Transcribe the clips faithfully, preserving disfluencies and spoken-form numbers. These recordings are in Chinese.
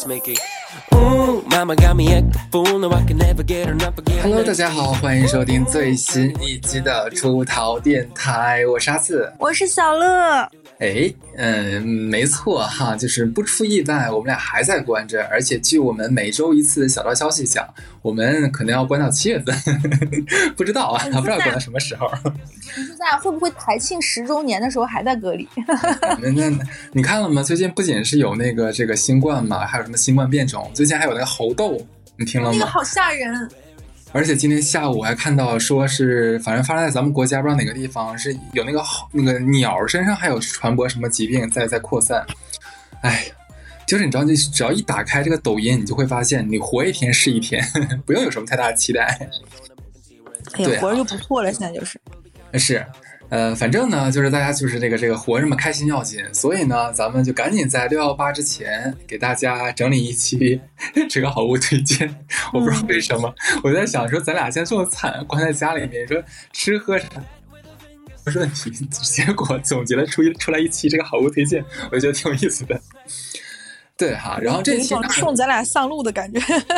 Hello， 大家好，欢迎收听最新一期的出逃电台，我是阿四， 我是小乐。 哎，嗯，没错哈，就是不出意外，我们俩还在关着，而且据我们每周一次的小道消息讲，我们可能要关到七月份，不知道啊，不知道关到什么时候。 你说咱俩会不会台庆十周年的时候还在隔离？ 那那你看了吗？最近不仅是有那个这个新冠嘛，还有什么新冠变种，最近还有那个猴痘，你听了吗？ 那个好吓人。 而且今天下午我还看到说是，反正发生在咱们国家不知道哪个地方，是有那个那个鸟身上还有传播什么疾病在在扩散。哎，就是你知道，你只要一打开这个抖音，你就会发现你活一天是一天，不用有什么太大的期待。 哎呀，活着就不错了，现在就是。 是。呃，反正呢，就是大家就是这个这个活这么开心要紧，所以呢，咱们就赶紧在六一八之前给大家整理一期这个好物推荐。我不知道为什么，嗯、我在想说，咱俩现在这么惨，关在家里面，说吃喝啥不是问题，结果总结了出一出来一期这个好物推荐，我觉得挺有意思的。对哈，然后这期冲咱俩上路的感觉。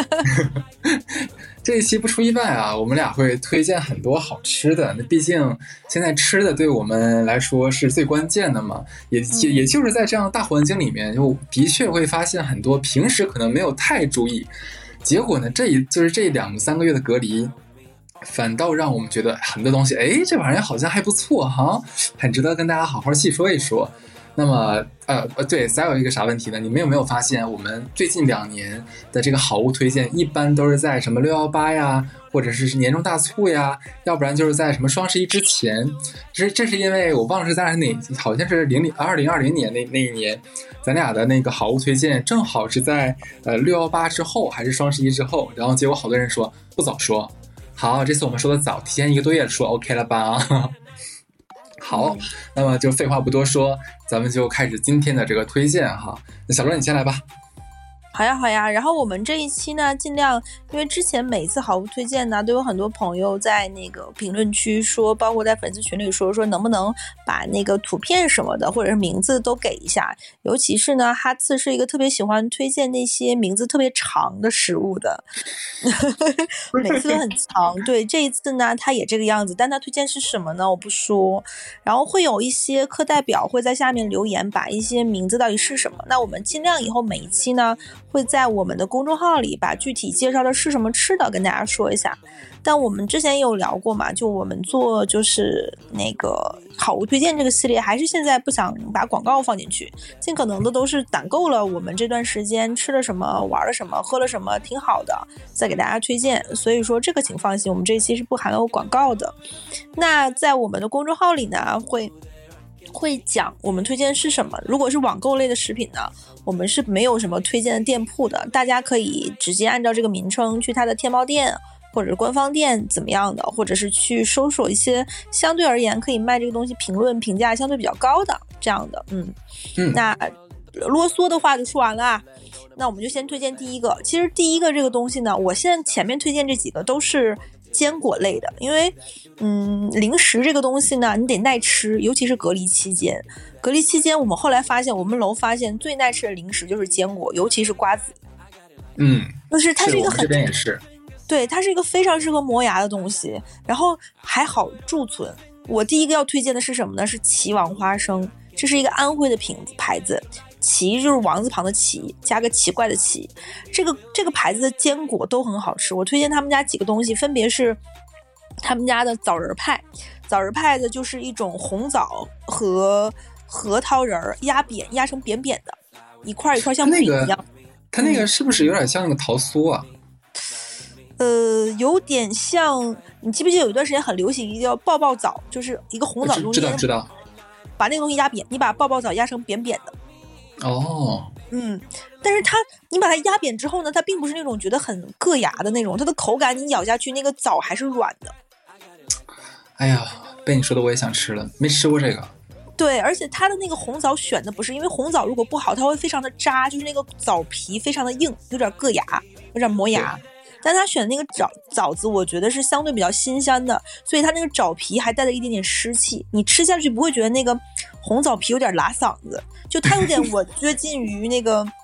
这一期不出意外啊，我们俩会推荐很多好吃的。那毕竟现在吃的对我们来说是最关键的嘛，也也就是在这样的大环境里面，就的确会发现很多平时可能没有太注意，结果呢，这一就是这两三个月的隔离，反倒让我们觉得很多东西，哎，这玩意儿好像还不错哈，很值得跟大家好好细说一说。那么呃对，再有一个啥问题呢？你们有没有发现我们最近两年的这个好物推荐一般都是在什么六一八呀，或者是年终大促呀，要不然就是在什么双十一之前。这这是因为我忘了是咱俩哪，好像是零零二零二零年那那一年，咱俩的那个好物推荐正好是在呃六一八之后还是双十一之后，然后结果好多人说不早说。好，这次我们说的早，提前一个多月说 OK 了吧？好，那么就废话不多说，咱们就开始今天的这个推荐哈。那小罗你先来吧。 好呀好呀，然后我们这一期呢，尽量因为之前每一次好物推荐呢，都有很多朋友在那个评论区说，包括在粉丝群里说说能不能把那个图片什么的或者是名字都给一下，尤其是呢哈次是一个特别喜欢推荐那些名字特别长的食物的每次都很长。对，这一次呢他也这个样子，但他推荐是什么呢我不说，然后会有一些课代表会在下面留言把一些名字到底是什么，那我们尽量以后每一期呢会在我们的公众号里把具体介绍的是什么吃的跟大家说一下。但我们之前也有聊过嘛，就我们做就是那个好物推荐这个系列，还是现在不想把广告放进去，尽可能的都是攒够了我们这段时间吃了什么玩了什么喝了什么挺好的再给大家推荐，所以说这个请放心，我们这一期是不含有广告的。那在我们的公众号里呢会会讲我们推荐是什么，如果是网购类的食品呢，我们是没有什么推荐的店铺的，大家可以直接按照这个名称去它的天猫店或者是官方店怎么样的，或者是去搜索一些相对而言可以卖这个东西评论评价相对比较高的这样的。嗯嗯，那啰嗦的话就说完了啊，那我们就先推荐第一个。其实第一个这个东西呢，我现在前面推荐这几个都是坚果类的，因为嗯，零食这个东西呢你得耐吃，尤其是隔离期间隔离期间我们后来发现，我们楼发现最耐吃的零食就是坚果，尤其是瓜子。 嗯， 就是它是一个很， 这边也是， 对，它是一个非常适合磨牙的东西，然后还好贮存。我第一个要推荐的是什么呢？是奇王花生，这是一个安徽的品牌子，奇就是王字旁的奇，加个奇怪的奇。这个这个牌子的坚果都很好吃，我推荐他们家几个东西，分别是他们家的枣仁派。枣仁派的就是一种红枣和核桃仁压扁，压成扁扁的，一块一块像饼一样。 它那个是不是有点像那个桃酥啊？ 呃，有点像，你记不记得有一段时间很流行一个叫爆爆枣，就是一个红枣中间， 知道知道， 把那个东西压扁，你把爆爆枣压成扁扁的。 哦， 嗯，但是它你把它压扁之后呢，它并不是那种觉得很硌牙的那种，它的口感你咬下去那个枣还是软的。 哎呀，被你说的我也想吃了，没吃过这个。 对，而且它的那个红枣选的不是，因为红枣如果不好它会非常的渣，就是那个枣皮非常的硬，有点硌牙，有点磨牙。但他选的那个枣枣子我觉得是相对比较新鲜的，所以它那个枣皮还带了一点点湿气，你吃下去不会觉得那个红枣皮有点拉嗓子，就它有点我接近于那个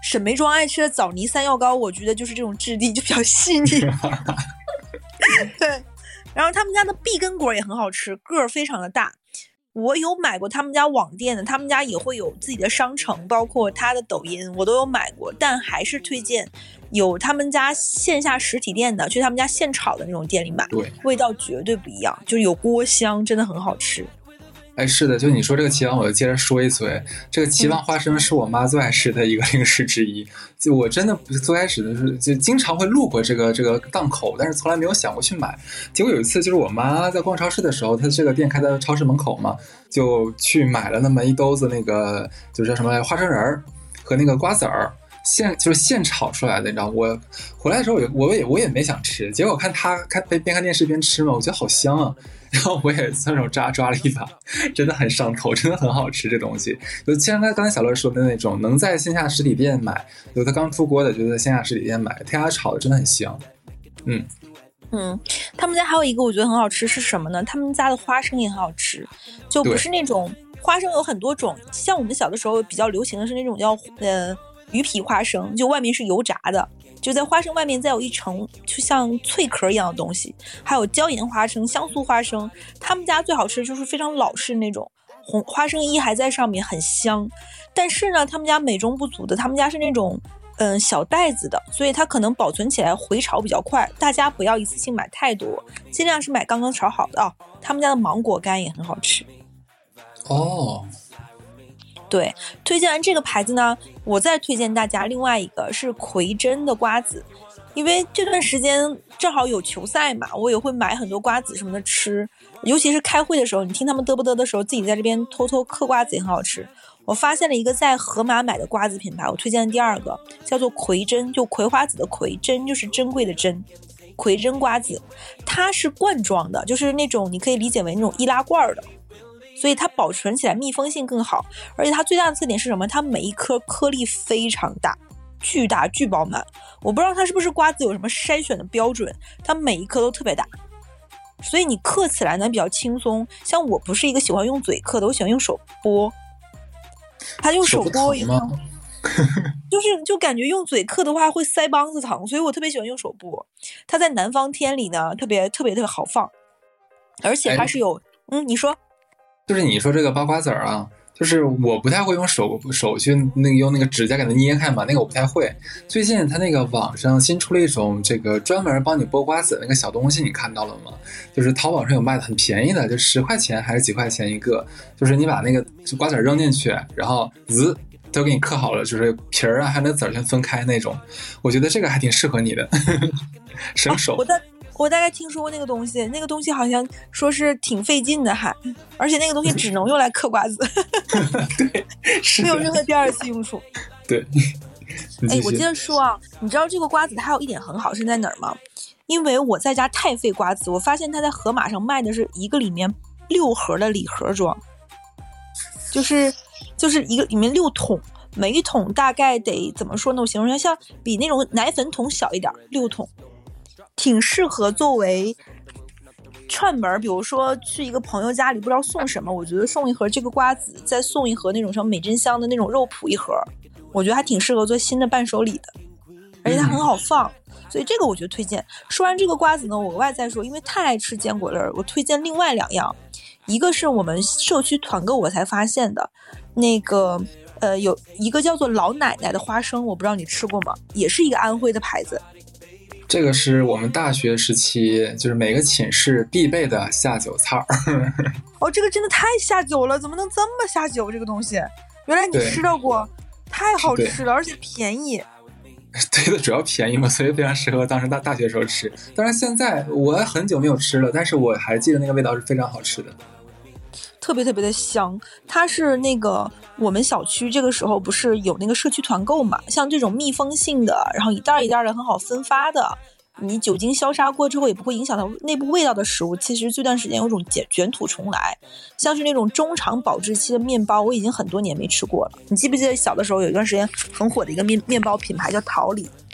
沈眉庄爱吃的枣泥三药糕，我觉得就是这种质地就比较细腻。对，然后他们家的碧根果也很好吃，个儿非常的大。我有买过他们家网店的，他们家也会有自己的商城，包括他的抖音我都有买过，但还是推荐有他们家线下实体店的，去他们家现炒的那种店里买， 对， 味道绝对不一样，就是有锅香，真的很好吃。 哎，是的，就你说这个奇旺，我就接着说一嘴。这个奇旺花生是我妈最爱吃的一个零食之一。就我真的最开始的是就经常会路过这个这个档口，但是从来没有想过去买。结果有一次，就是我妈在逛超市的时候，她这个店开在超市门口嘛，就去买了那么一兜子那个就是叫什么花生仁儿和那个瓜子儿。现就是现炒出来的，你知道，我回来的时候我我也我也没想吃，结果看他看边看电视边吃嘛，我觉得好香啊，然后我也顺手抓抓了一把，真的很上头，真的很好吃这东西。就像刚才小乐说的那种，能在线下实体店买，有的刚出锅的就在线下实体店买，他家炒的真的很香。嗯嗯，他们家还有一个我觉得很好吃是什么呢？他们家的花生也很好吃，就不是那种花生有很多种，像我们小的时候比较流行的是那种叫呃。鱼皮花生，就外面是油炸的，就在花生外面再有一层就像脆壳一样的东西，还有椒盐花生、香酥花生。他们家最好吃的就是非常老式那种红花生衣还在上面，很香。但是呢，他们家美中不足的，他们家是那种嗯、呃、小袋子的，所以它可能保存起来回炒比较快。大家不要一次性买太多，尽量是买刚刚炒好的啊、哦。他们家的芒果干也很好吃。 哦。 对，推荐完这个牌子呢，我再推荐大家另外一个是葵真的瓜子，因为这段时间正好有球赛嘛，我也会买很多瓜子什么的吃，尤其是开会的时候，你听他们嘚不嘚的时候，自己在这边偷偷嗑瓜子也很好吃。我发现了一个在盒马买的瓜子品牌，我推荐的第二个叫做葵真，就葵花籽的葵，真就是珍贵的珍，葵真瓜子，它是罐装的，就是那种你可以理解为那种易拉罐的。所以它保存起来密封性更好，而且它最大的特点是什么？它每一颗颗粒非常大，巨大巨饱满。我不知道它是不是瓜子有什么筛选的标准，它每一颗都特别大，所以你嗑起来呢比较轻松。像我不是一个喜欢用嘴嗑的，我喜欢用手剥。它用手剥也很就是就感觉用嘴嗑的话会腮帮子疼，所以我特别喜欢用手剥。它在南方天里呢特别特别特别好放，而且它是有、哎、嗯你说。 就是你说这个包瓜子儿啊，就是我不太会用手手去那个用那个指甲给它捏开嘛，那个我不太会。最近它那个网上新出了一种这个专门帮你剥瓜子的那个小东西，你看到了吗？就是淘宝上有卖的很便宜的，就十块钱还是几块钱一个，就是你把那个瓜子扔进去，然后滋都给你嗑好了，就是皮儿啊还有那籽儿全分开那种。我觉得这个还挺适合你的，省手。 啊我的我大概听说过那个东西，那个东西好像说是挺费劲的还，而且那个东西只能用来嗑瓜子， 对，是没有任何第二次用处。 对， 哎，我接着说啊，你知道这个瓜子它有一点很好是在哪儿吗？因为我在家太费瓜子，我发现它在盒马上卖的是一个里面六盒的礼盒装，就是就是一个里面六桶，每一桶大概得怎么说呢？我形容一下，像比那种奶粉桶小一点，六桶。挺适合作为串门，比如说去一个朋友家里不知道送什么，我觉得送一盒这个瓜子，再送一盒那种什么美珍香的那种肉脯一盒，我觉得还挺适合做新的伴手礼的，而且它很好放，所以这个我觉得推荐。说完这个瓜子呢，我额外再说，因为太爱吃坚果了，我推荐另外两样，一个是我们社区团购我才发现的，那个呃有一个叫做老奶奶的花生，我不知道你吃过吗？也是一个安徽的牌子。 这个是我们大学时期就是每个寝室必备的下酒菜儿。 哦，这个真的太下酒了，怎么能这么下酒？这个东西，原来你吃到过，太好吃了，而且便宜。 对的，主要便宜嘛，所以非常适合当时大大学时候吃。当然现在我很久没有吃了，但是我还记得那个味道是非常好吃的。 特别特别的香，它是那个我们小区这个时候不是有那个社区团购嘛，像这种密封性的，然后一袋一袋的很好分发的，你酒精消杀过之后也不会影响到内部味道的食物，其实这段时间有种卷土重来。像是那种中长保质期的面包，我已经很多年没吃过了。你记不记得小的时候有一段时间很火的一个面面包品牌叫桃李？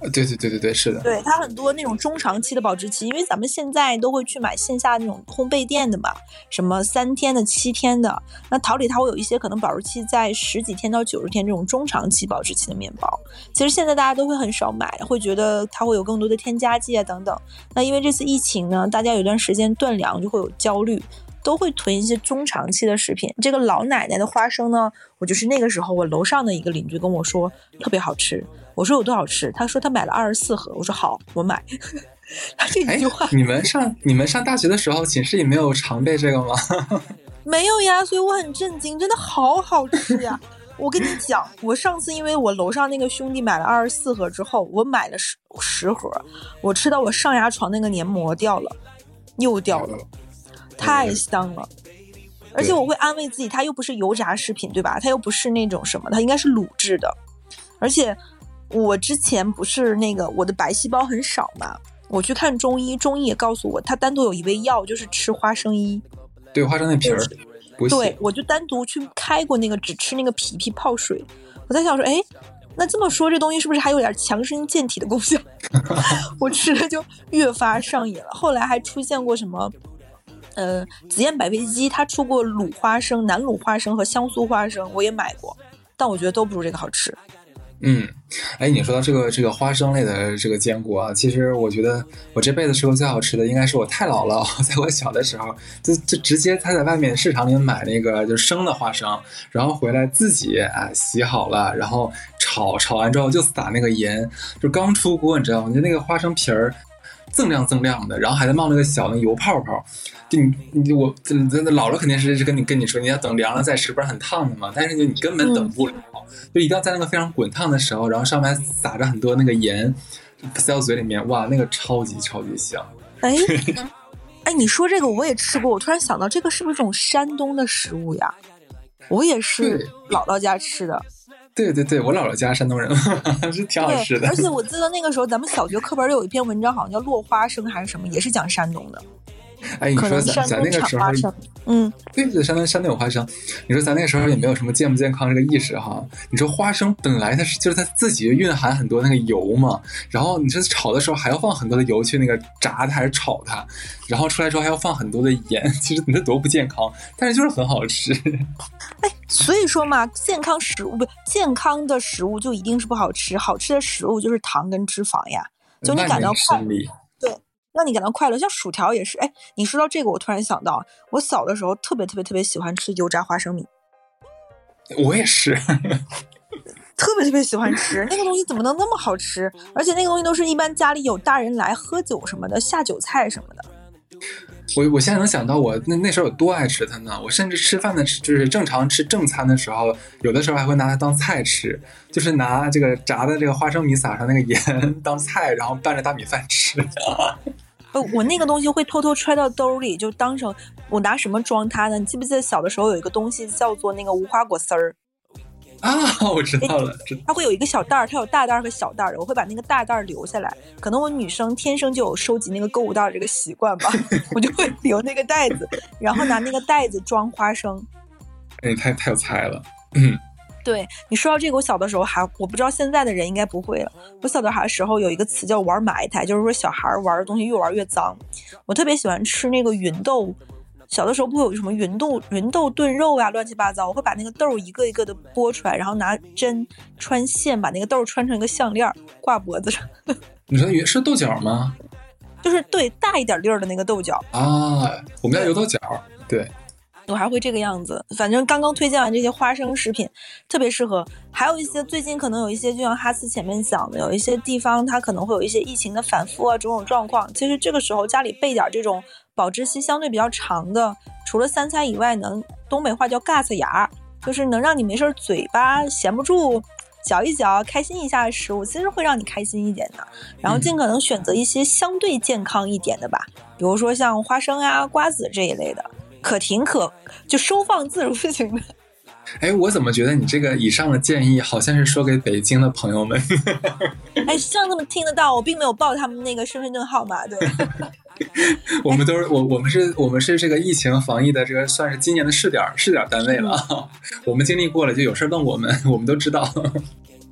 对对对对对，是的。 对，它很多那种中长期的保质期，因为咱们现在都会去买线下那种烘焙店的嘛，什么三天的、七天的，那桃李它会有一些可能保质期在十几天到九十天这种中长期保质期的面包。其实现在大家都会很少买，会觉得它会有更多的添加剂啊等等。那因为这次疫情呢，大家有段时间断粮，就会有焦虑，都会囤一些中长期的食品。这个老奶奶的花生呢，我就是那个时候我楼上的一个邻居跟我说特别好吃，我说有多好吃，他说他买了二十四盒，我说好，我买。他这一句话， 你们上你们上大学的时候，寝室里没有常备这个吗？ 没有呀，所以我很震惊，真的好好吃呀！我跟你讲，我上次因为我楼上那个兄弟买了二十四盒之后，我买了十十盒，我吃到我上牙床那个黏膜掉了，又掉了，太香了。而且我会安慰自己，它又不是油炸食品，对吧？它又不是那种什么，它应该是卤制的。而且我之前不是那个我的白细胞很少嘛，我去看中医，中医也告诉我，它单独有一味药就是吃花生衣。 对，花生那皮儿。 对，我就单独去开过那个，只吃那个皮皮泡水。我在想说，哎，那这么说这东西是不是还有点强身健体的功效？我吃了就越发上瘾了。后来还出现过什么呃，紫燕百味鸡，它出过卤花生、南卤花生和香酥花生，我也买过，但我觉得都不如这个好吃。 嗯，哎，你说到这个这个花生类的这个坚果啊，其实我觉得我这辈子吃过最好吃的应该是我太姥姥，在我小的时候就就直接她在外面市场里买那个就生的花生，然后回来自己啊洗好了，然后炒炒完之后就撒那个盐，就刚出锅，你知道吗？就那个花生皮儿锃亮锃亮的，然后还在冒那个小的油泡泡。就你你我姥姥肯定是跟你跟你说你要等凉了再吃，不然很烫的嘛。但是就你根本等不了，嗯、就一定要在那个非常滚烫的时候，然后上面撒着很多那个盐，塞到嘴里面，哇，那个超级超级香。 哎哎，你说这个我也吃过，我突然想到这个是不是这种山东的食物呀？我也是姥姥家吃的。 对对对，我姥姥家山东人是挺好吃的。 而且我记得那个时候咱们小学课本里有一篇文章，好像叫落花生还是什么，也是讲山东的。 哎，你说咱咱那个时候， 嗯， 对对，山东山东有花生。你说咱那个时候也没有什么健不健康这个意识哈。你说花生本来它是就是它自己蕴含很多那个油嘛，然后你这炒的时候还要放很多的油去那个炸它还是炒它，然后出来之后还要放很多的盐，其实你这多不健康，但是就是很好吃。 哎，所以说嘛，健康食物不健康的食物就一定是不好吃，好吃的食物就是糖跟脂肪呀，就你感到快乐。对。让你感到快乐，像薯条也是。哎，你说到这个，我突然想到，我小的时候特别特别特别喜欢吃油炸花生米。 我也是， 特别特别喜欢吃那个东西，怎么能那么好吃？而且那个东西都是一般家里有大人来喝酒什么的，下酒菜什么的。 我我现在能想到我那那时候有多爱吃它呢？我甚至吃饭的，就是正常吃正餐的时候，有的时候还会拿它当菜吃，就是拿这个炸的这个花生米撒上那个盐当菜，然后拌着大米饭吃。 呃，我那个东西会偷偷揣到兜里，就当成我拿什么装它呢？你记不记得小的时候有一个东西叫做那个无花果丝儿？ 啊，我知道了， 它会有一个小袋儿，它有大袋儿和小袋儿，我会把那个大袋儿留下来。可能我女生天生就有收集那个购物袋这个习惯吧，我就会留那个袋子，然后拿那个袋子装花生。 哎，太太有才了，嗯。 对，你说到这个，我小的时候还我不知道现在的人应该不会了。我小的时候有一个词叫玩埋汰，就是说小孩玩的东西越玩越脏。我特别喜欢吃那个芸豆，小的时候不会有什么芸豆芸豆炖肉呀、啊，乱七八糟。我会把那个豆一个一个的剥出来，然后拿针穿线把那个豆穿成一个项链挂脖子上。 你说是豆角吗？ 就是对大一点粒儿的那个豆角啊，我们家有豆角，对。 我还会这个样子。反正刚刚推荐完这些花生食品特别适合，还有一些最近可能有一些就像哈斯前面讲的，有一些地方它可能会有一些疫情的反复啊，种种状况，其实这个时候家里备点这种保质期相对比较长的，除了三餐以外，能东北话叫嘎子牙，就是能让你没事嘴巴闲不住嚼一嚼开心一下的食物，其实会让你开心一点的。然后尽可能选择一些相对健康一点的吧，比如说像花生啊瓜子这一类的，可停可就收放自如型的。 哎，我怎么觉得你这个以上的建议好像是说给北京的朋友们？ 哎，希望他们听得到，我并没有报他们那个身份证号码，对。 我们都是我我们是我们是这个疫情防疫的这个算是今年的试点试点单位了，嗯、我们经历过了，就有事问我们，我们都知道。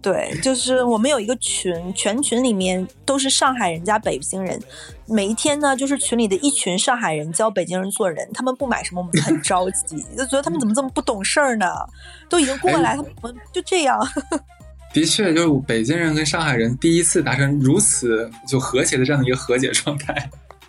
对，就是我们有一个群，全群里面都是上海人加北京人，每一天呢，就是群里的一群上海人教北京人做人，他们不买什么，我们很着急，就觉得他们怎么这么不懂事儿呢？都已经过来，他们就这样。 的确，就是北京人跟上海人第一次达成如此就和谐的这样的一个和解状态。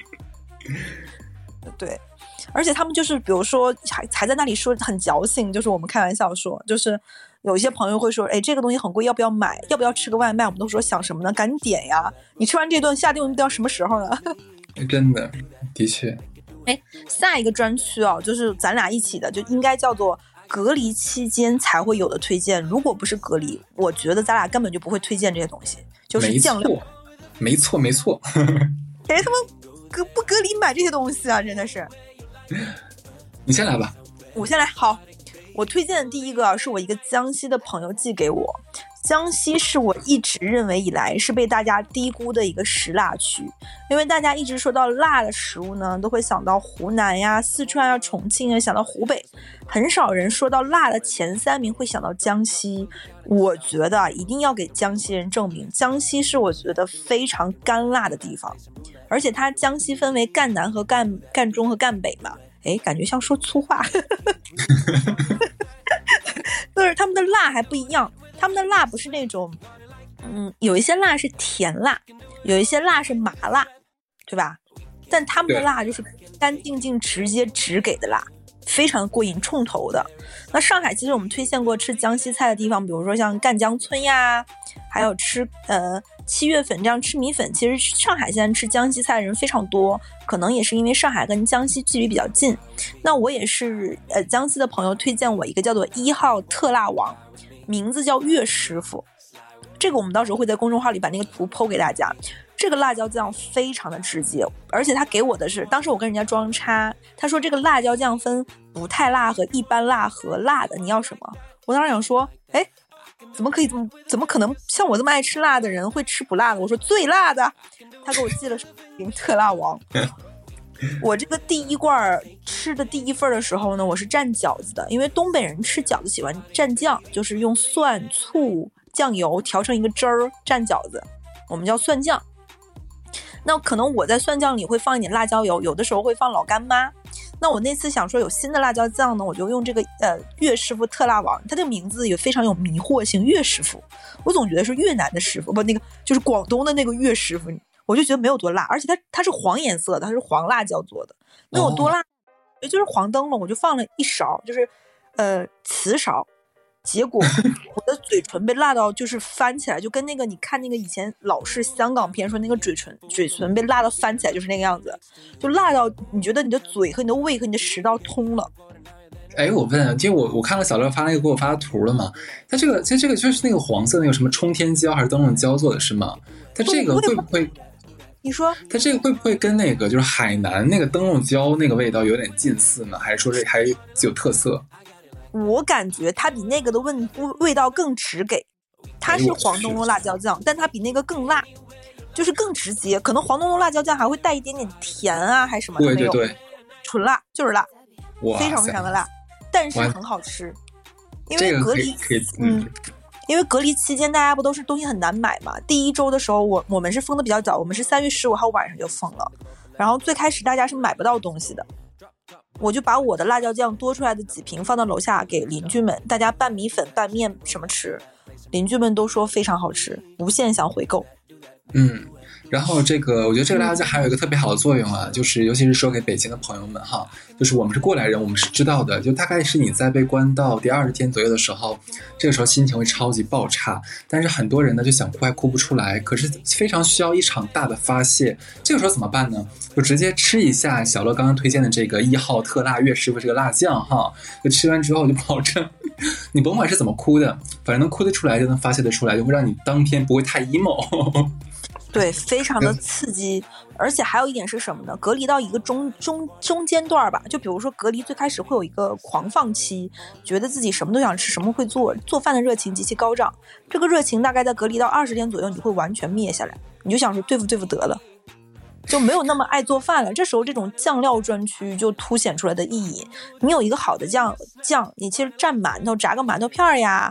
对。而且他们就是比如说还还在那里说很矫情，就是我们开玩笑说，就是有一些朋友会说，哎，这个东西很贵，要不要买？要不要吃个外卖？我们都说想什么呢？赶紧点呀！你吃完这顿，下顿不知道什么时候呢？ 真的，的确。 哎，下一个专区啊，就是咱俩一起的，就应该叫做隔离期间才会有的推荐。如果不是隔离，我觉得咱俩根本就不会推荐这些东西，就是酱料。 没错，没错，没错。 哎，他们隔不隔离买这些东西啊？真的是。 你先来吧。 我先来。好，我推荐的第一个是我一个江西的朋友寄给我。江西是我一直认为以来是被大家低估的一个食辣区，因为大家一直说到辣的食物呢，都会想到湖南呀、四川呀、重庆啊，想到湖北，很少人说到辣的前三名会想到江西。我觉得一定要给江西人证明，江西是我觉得非常干辣的地方，而且它江西分为赣南和赣赣中和赣北嘛。哎，感觉像说粗话。但是他们的辣还不一样，他们的辣不是那种，嗯，有一些辣是甜辣，有一些辣是麻辣，对吧？但他们的辣就是干净净直接直给的辣，非常过瘾，冲头的。那上海其实我们推荐过吃江西菜的地方，比如说像赣江村呀，还有吃呃七月粉这样吃米粉。其实上海现在吃江西菜的人非常多，可能也是因为上海跟江西距离比较近。那我也是呃江西的朋友推荐我一个叫做一号特辣王，名字叫岳师傅。这个我们到时候会在公众号里把那个图 po 给大家。这个辣椒酱非常的直接，而且他给我的是，当时我跟人家装叉，他说这个辣椒酱分不太辣和一般辣和辣的，你要什么？我当时想说，哎，怎么可以这么怎么可能像我这么爱吃辣的人会吃不辣的？我说最辣的，他给我寄了特辣王。我这个第一罐吃的第一份的时候呢，我是蘸饺子的，因为东北人吃饺子喜欢蘸酱，就是用蒜、醋、酱油调成一个汁儿蘸饺子，我们叫蒜酱。那可能我在蒜酱里会放一点辣椒油，有的时候会放老干妈。那我那次想说有新的辣椒酱呢，我就用这个呃岳师傅特辣王，它这个名字也非常有迷惑性，岳师傅，我总觉得是越南的师傅，不，那个就是广东的那个岳师傅，我就觉得没有多辣，而且它它是黄颜色的，它是黄辣椒做的，那有多辣？也、哦、就是黄灯笼，我就放了一勺，就是呃瓷勺。结果我的嘴唇被辣到就是翻起来，就跟那个你看那个以前老式香港片说那个嘴唇嘴唇被辣到翻起来，就是那个样子，就辣到你觉得你的嘴和你的胃和你的食道通了。 哎，我问，因为我我看了小乐发那个给我发的图了嘛，它这个其实这个就是那个黄色那个什么冲天椒还是灯笼椒做的是吗？它这个会不会？ 你说它这个会不会跟那个就是海南那个灯笼椒那个味道有点近似呢？还是说这还有特色？ 我感觉它比那个的味味道更直给，它是黄灯笼辣椒酱，但它比那个更辣，就是更直接。可能黄灯笼辣椒酱还会带一点点甜啊，还是什么的， 对对对，没有， 纯辣就是辣，非常非常的辣，但是很好吃。因为隔离， 这个、嗯， 因为隔离期间大家不都是东西很难买嘛？第一周的时候，我我们是封的比较早，我们是三月十五号晚上就封了，然后最开始大家是买不到东西的。我就把我的辣椒酱多出来的几瓶放到楼下给邻居们，大家拌米粉拌面什么吃，邻居们都说非常好吃，无限想回购。 嗯，然后这个我觉得这个辣椒酱还有一个特别好的作用啊，就是尤其是说给北京的朋友们哈，就是我们是过来人，我们是知道的，就大概是你在被关到第二十天左右的时候，这个时候心情会超级爆差，但是很多人呢就想哭还哭不出来，可是非常需要一场大的发泄，这个时候怎么办呢？就直接吃一下小乐刚刚推荐的这个一号特辣岳师傅这个辣酱哈，就吃完之后就保证你甭管是怎么哭的，反正能哭得出来就能发泄得出来，就会让你当天不会太 emo。 对，非常的刺激，而且还有一点是什么呢？隔离到一个中中中间段吧，就比如说隔离最开始会有一个狂放期，觉得自己什么都想吃，什么会做，做饭的热情极其高涨。这个热情大概在隔离到二十天左右，你会完全灭下来，你就想说对付对付得了，就没有那么爱做饭了。这时候这种酱料专区就凸显出来的意义。你有一个好的酱酱，你其实蘸馒头，炸个馒头片呀。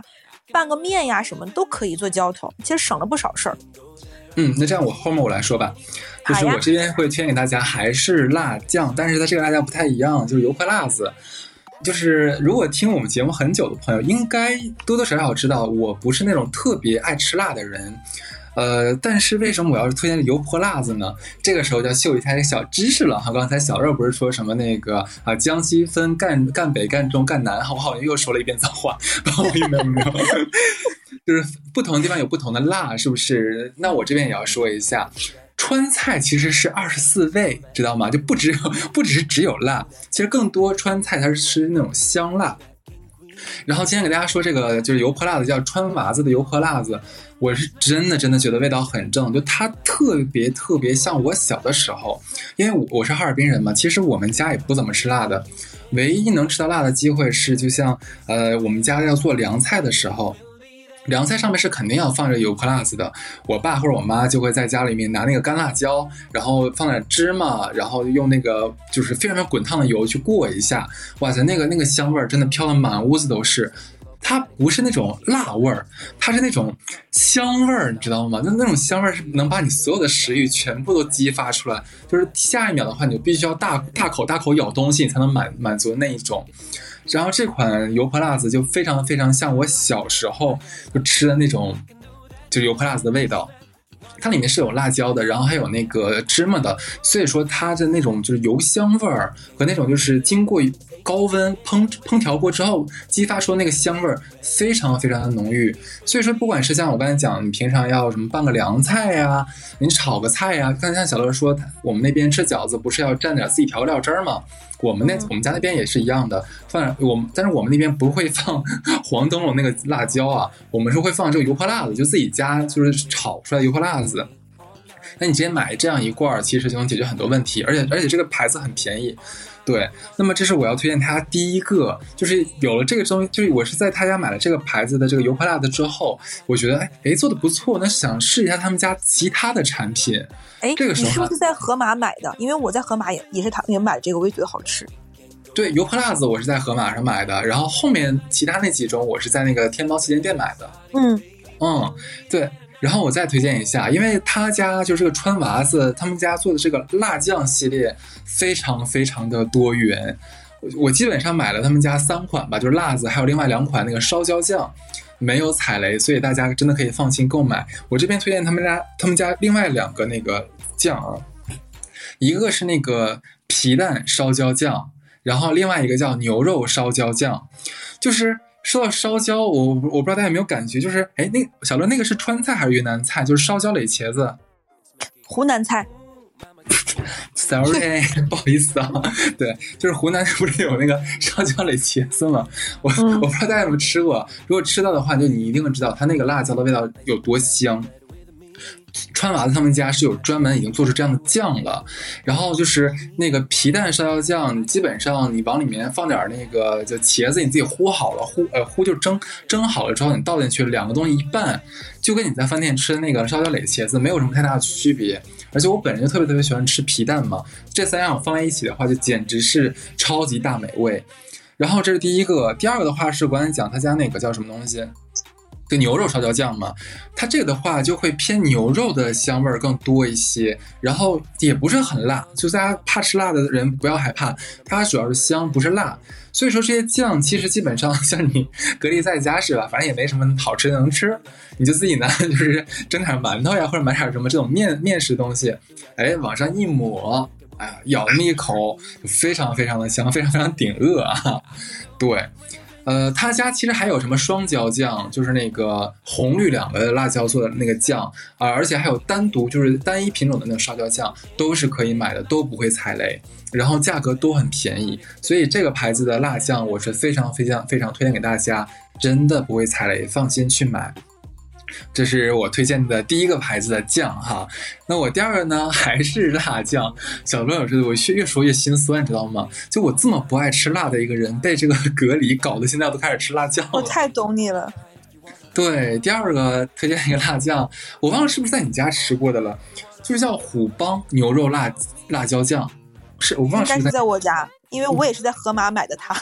拌个面呀什么都可以做浇头，其实省了不少事儿。 嗯，那这样我后面我来说吧，就是我这边会推荐给大家还是辣酱，但是它这个辣酱不太一样，就是油泼辣子。就是如果听我们节目很久的朋友，应该多多少少知道我不是那种特别爱吃辣的人。呃，但是为什么我要推荐油泼辣子呢？这个时候就要秀一下一个小知识了哈。刚才小肉不是说什么那个啊，江西分赣赣北、赣中、赣南，好不好？又说了一遍脏话，没有没有没有，就是不同的地方有不同的辣，是不是？那我这边也要说一下。川菜其实是二十四味，知道吗？就不只有不只是只有辣，其实更多川菜它是吃那种香辣。然后今天给大家说这个就是油泼辣子，叫川娃子的油泼辣子，我是真的真的觉得味道很正，就它特别特别像我小的时候，因为我是哈尔滨人嘛，其实我们家也不怎么吃辣的，唯一能吃到辣的机会是就像呃我们家要做凉菜的时候。凉菜上面是肯定要放着油泼辣子的，我爸或者我妈就会在家里面拿那个干辣椒，然后放点芝麻，然后用那个就是非常非常滚烫的油去过一下，哇塞，那个那个香味儿真的飘得满屋子都是。它不是那种辣味儿，它是那种香味儿，你知道吗？那那种香味儿是能把你所有的食欲全部都激发出来，就是下一秒的话，你就必须要大大口大口咬东西，你才能满满足那一种。然后这款油泼辣子就非常非常像我小时候就吃的那种，就是油泼辣子的味道。它里面是有辣椒的，然后还有那个芝麻的，所以说它的那种就是油香味儿和那种就是经过高温烹烹调过之后激发出那个香味儿非常非常的浓郁。所以说不管是像我刚才讲，你平常要什么拌个凉菜呀，你炒个菜呀，刚才像小乐说我们那边吃饺子不是要蘸点自己调料汁儿吗？我们那我们家那边也是一样的，放我们，但是我们那边不会放黄灯笼那个辣椒啊，我们是会放这个油泼辣子，就自己家就是炒出来的油泼辣子。那你直接买这样一罐，其实就能解决很多问题，而且而且这个牌子很便宜。对，那么这是我要推荐他第一个，就是有了这个东西，就是我是在他家买了这个牌子的这个油泼辣子之后，我觉得哎哎做的不错，那想试一下他们家其他的产品。 哎，这个时候你是不是在盒马买的？因为我在盒马也也是他也买这个，我也觉得好吃。 对，油泼辣子我是在盒马上买的，然后后面其他那几种我是在那个天猫旗舰店买的。 嗯嗯，对。然后我再推荐一下，因为他家就这个川娃子，他们家做的这个辣酱系列非常非常的多元。我我基本上买了他们家三款吧，就是辣子，还有另外两款那个烧椒酱，没有踩雷，所以大家真的可以放心购买。我这边推荐他们家他们家另外两个那个酱啊，一个是那个皮蛋烧椒酱，然后另外一个叫牛肉烧椒酱，就是。说到烧椒，我我不知道大家有没有感觉，就是哎，那小乐那个是川菜还是云南菜？就是烧椒垒茄子， 湖南菜。 Sorry， 不好意思啊，对，就是湖南不是有那个烧椒垒茄子吗？我、嗯、我不知道大家有没有吃过，如果吃到的话，就你一定会知道它那个辣椒的味道有多香。川娃子他们家是有专门已经做出这样的酱了，然后就是那个皮蛋烧椒酱，基本上你往里面放点那个就茄子，你自己烀好了，烀呃烀就蒸蒸好了之后，你倒进去，两个东西一拌，就跟你在饭店吃的那个烧椒垒茄子没有什么太大的区别。而且我本人就特别特别喜欢吃皮蛋嘛，这三样放在一起的话，就简直是超级大美味。然后这是第一个，第二个的话是我刚才讲他家那个叫什么东西？就牛肉烧椒酱嘛，它这个的话就会偏牛肉的香味更多一些，然后也不是很辣，就大家怕吃辣的人不要害怕，它主要是香不是辣。所以说这些酱其实基本上像你隔离在家是吧，反正也没什么好吃的能吃，你就自己拿就是蒸点馒头呀，或者买点什么这种面面食东西，哎往上一抹，哎呀咬那么一口非常非常的香，非常非常顶饿啊。对，呃，他家其实还有什么双椒酱，就是那个红绿两个辣椒做的那个酱啊、呃，而且还有单独就是单一品种的那种烧椒酱，都是可以买的，都不会踩雷，然后价格都很便宜，所以这个牌子的辣酱我是非常非常非常推荐给大家，真的不会踩雷，放心去买。这是我推荐的第一个牌子的酱哈，那我第二个呢还是辣酱。小罗老师，我越说越心酸，你知道吗？就我这么不爱吃辣的一个人，被这个隔离搞得现在都开始吃辣酱了。 我太懂你了。 对，第二个推荐一个辣酱，我忘了是不是在你家吃过的了，就是叫虎帮牛肉辣辣椒酱，是我忘了是不是在应该是在我家。 因为我也是在盒马买的它。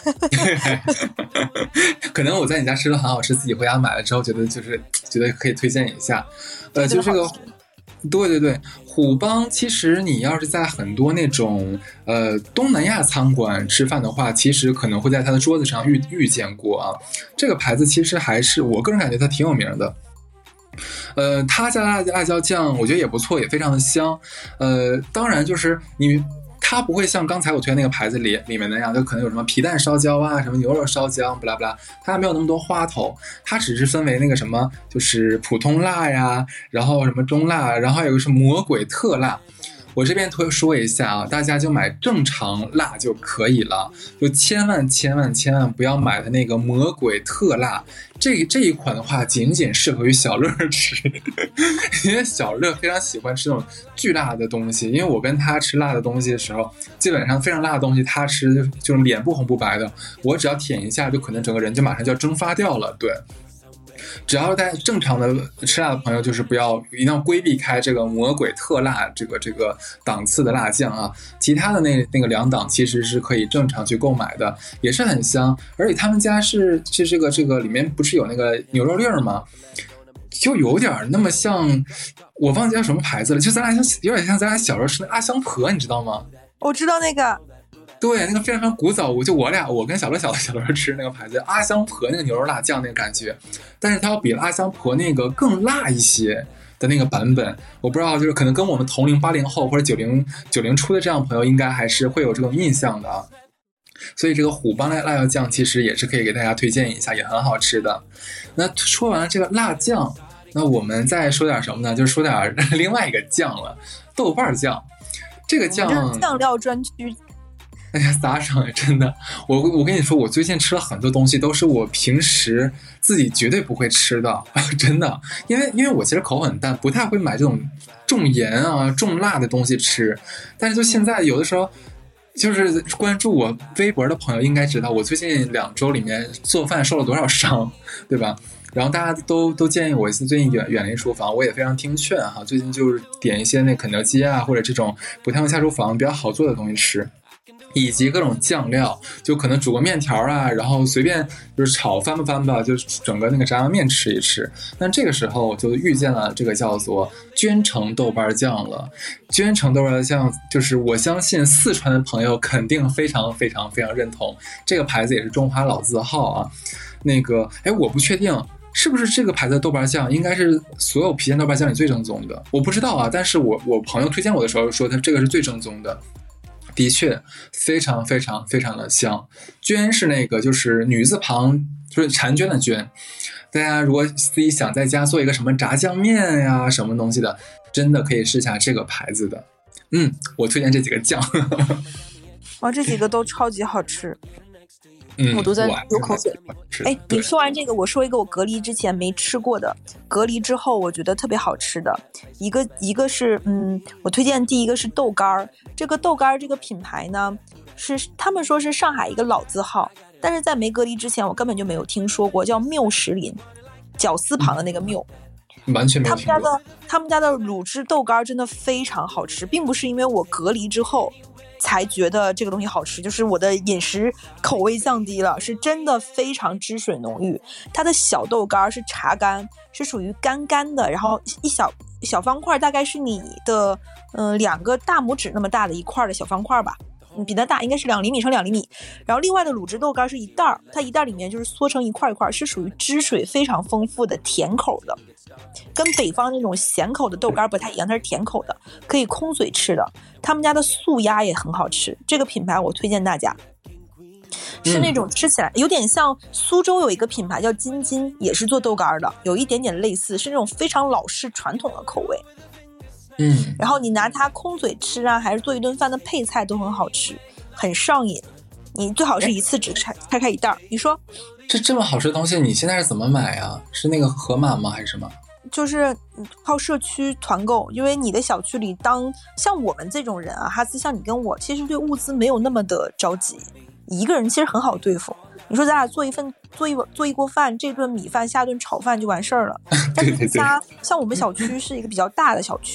可能我在你家吃的很好吃，自己回家买了之后觉得就是觉得可以推荐一下。呃，就这个，对对对，虎帮其实你要是在很多那种呃东南亚餐馆吃饭的话，其实可能会在它的桌子上遇遇见过啊。这个牌子其实还是我个人感觉它挺有名的。呃，他家辣辣椒酱我觉得也不错，也非常的香。呃，当然就是你。它不会像刚才我推荐那个牌子里里面那样，就可能有什么皮蛋烧焦啊，什么牛肉烧焦，不啦不啦，它没有那么多花头，它只是分为那个什么，就是普通辣呀，然后什么中辣，然后还有个是魔鬼特辣。我这边推说一下啊，大家就买正常辣就可以了，就千万千万千万不要买的那个魔鬼特辣。这这一款的话，仅仅适合于小乐吃，因为小乐非常喜欢吃那种巨辣的东西。因为我跟他吃辣的东西的时候，基本上非常辣的东西，他吃就就是脸不红不白的，我只要舔一下，就可能整个人就马上就要蒸发掉了。对。只要在正常的吃辣的朋友，就是不要一定要规避开这个魔鬼特辣这个这个档次的辣酱啊，其他的那那个两档其实是可以正常去购买的，也是很香。而且他们家是是这个这个里面不是有那个牛肉粒儿吗？就有点那么像，我忘记叫什么牌子了，就咱俩像有点像咱俩小时候吃的阿香婆，你知道吗？ 我知道那个。 对，那个非常非常古早，我就我俩，我跟小乐小乐小乐吃那个牌子阿香婆那个牛肉辣酱那个感觉，但是它要比阿香婆那个更辣一些的那个版本，我不知道，就是可能跟我们同龄八零后或者九零九零初的这样的朋友，应该还是会有这种印象的啊。所以这个虎帮辣辣椒酱其实也是可以给大家推荐一下，也很好吃的。那说完了这个辣酱，那我们再说点什么呢？就是说点另外一个酱了，豆瓣酱。这个酱酱料专区。 哎呀，咋整呀？真的，我我跟你说，我最近吃了很多东西，都是我平时自己绝对不会吃的，真的。因为因为我其实口很淡，不太会买这种重盐啊、重辣的东西吃。但是就现在有的时候，就是关注我微博的朋友应该知道，我最近两周里面做饭受了多少伤，对吧？然后大家都都建议我最近远远离厨房，我也非常听劝哈。最近就是点一些那肯德基啊，或者这种不太用下厨房比较好做的东西吃。以及各种酱料，就可能煮个面条啊，然后随便就是炒翻吧翻吧，就整个那个炸酱面吃一吃。但这个时候就遇见了这个叫做娟城豆瓣酱了。娟城豆瓣酱就是我相信四川的朋友肯定非常非常非常认同，这个牌子也是中华老字号啊。那个，哎，我不确定是不是这个牌子的豆瓣酱应该是所有郫县豆瓣酱里最正宗的，我不知道啊。但是我我朋友推荐我的时候说，他这个是最正宗的。的确非常非常非常的香。娟是那个就是女字旁，就是婵娟的娟。大家如果自己想在家做一个什么炸酱面呀什么东西的，真的可以试一下这个牌子的。嗯，我推荐这几个酱。 哇，这几个都超级好吃。 嗯， 我都在流口水。哎，你说完这个，我说一个我隔离之前没吃过的，隔离之后我觉得特别好吃的一个，一个是嗯，我推荐第一个是豆干。这个豆干这个品牌呢，是他们说是上海一个老字号，但是在没隔离之前我根本就没有听说过，叫缪石林，绞丝旁的那个缪。 完全没有听过。 他们家的他们家的卤汁豆干真的非常好吃，并不是因为我隔离之后才觉得这个东西好吃，就是我的饮食口味降低了，是真的非常汁水浓郁。它的小豆干是茶干，是属于干干的，然后一小小方块，大概是你的呃两个大拇指那么大的一块的小方块吧，比它大，应该是两厘米乘两厘米。然后另外的卤汁豆干是一袋，它一袋里面就是缩成一块一块，是属于汁水非常丰富的甜口的，跟北方那种咸口的豆干不太一样，它是甜口的，可以空嘴吃的。他们家的素鸭也很好吃，这个品牌我推荐大家，是那种吃起来有点像苏州有一个品牌叫金金，也是做豆干的，有一点点类似，是那种非常老式传统的口味。 嗯， 然后你拿它空嘴吃啊，还是做一顿饭的配菜都很好吃，很上瘾。你最好是一次只拆开开一袋。你说这这么好吃的东西你现在是怎么买啊？是那个盒马吗还是什么？ 就是靠社区团购，因为你的小区里，当像我们这种人啊，哈斯像你跟我，其实对物资没有那么的着急，一个人其实很好对付。你说咱俩做一份做一做一锅饭，这顿米饭下顿炒饭就完事儿了。但是家像我们小区是一个比较大的小区，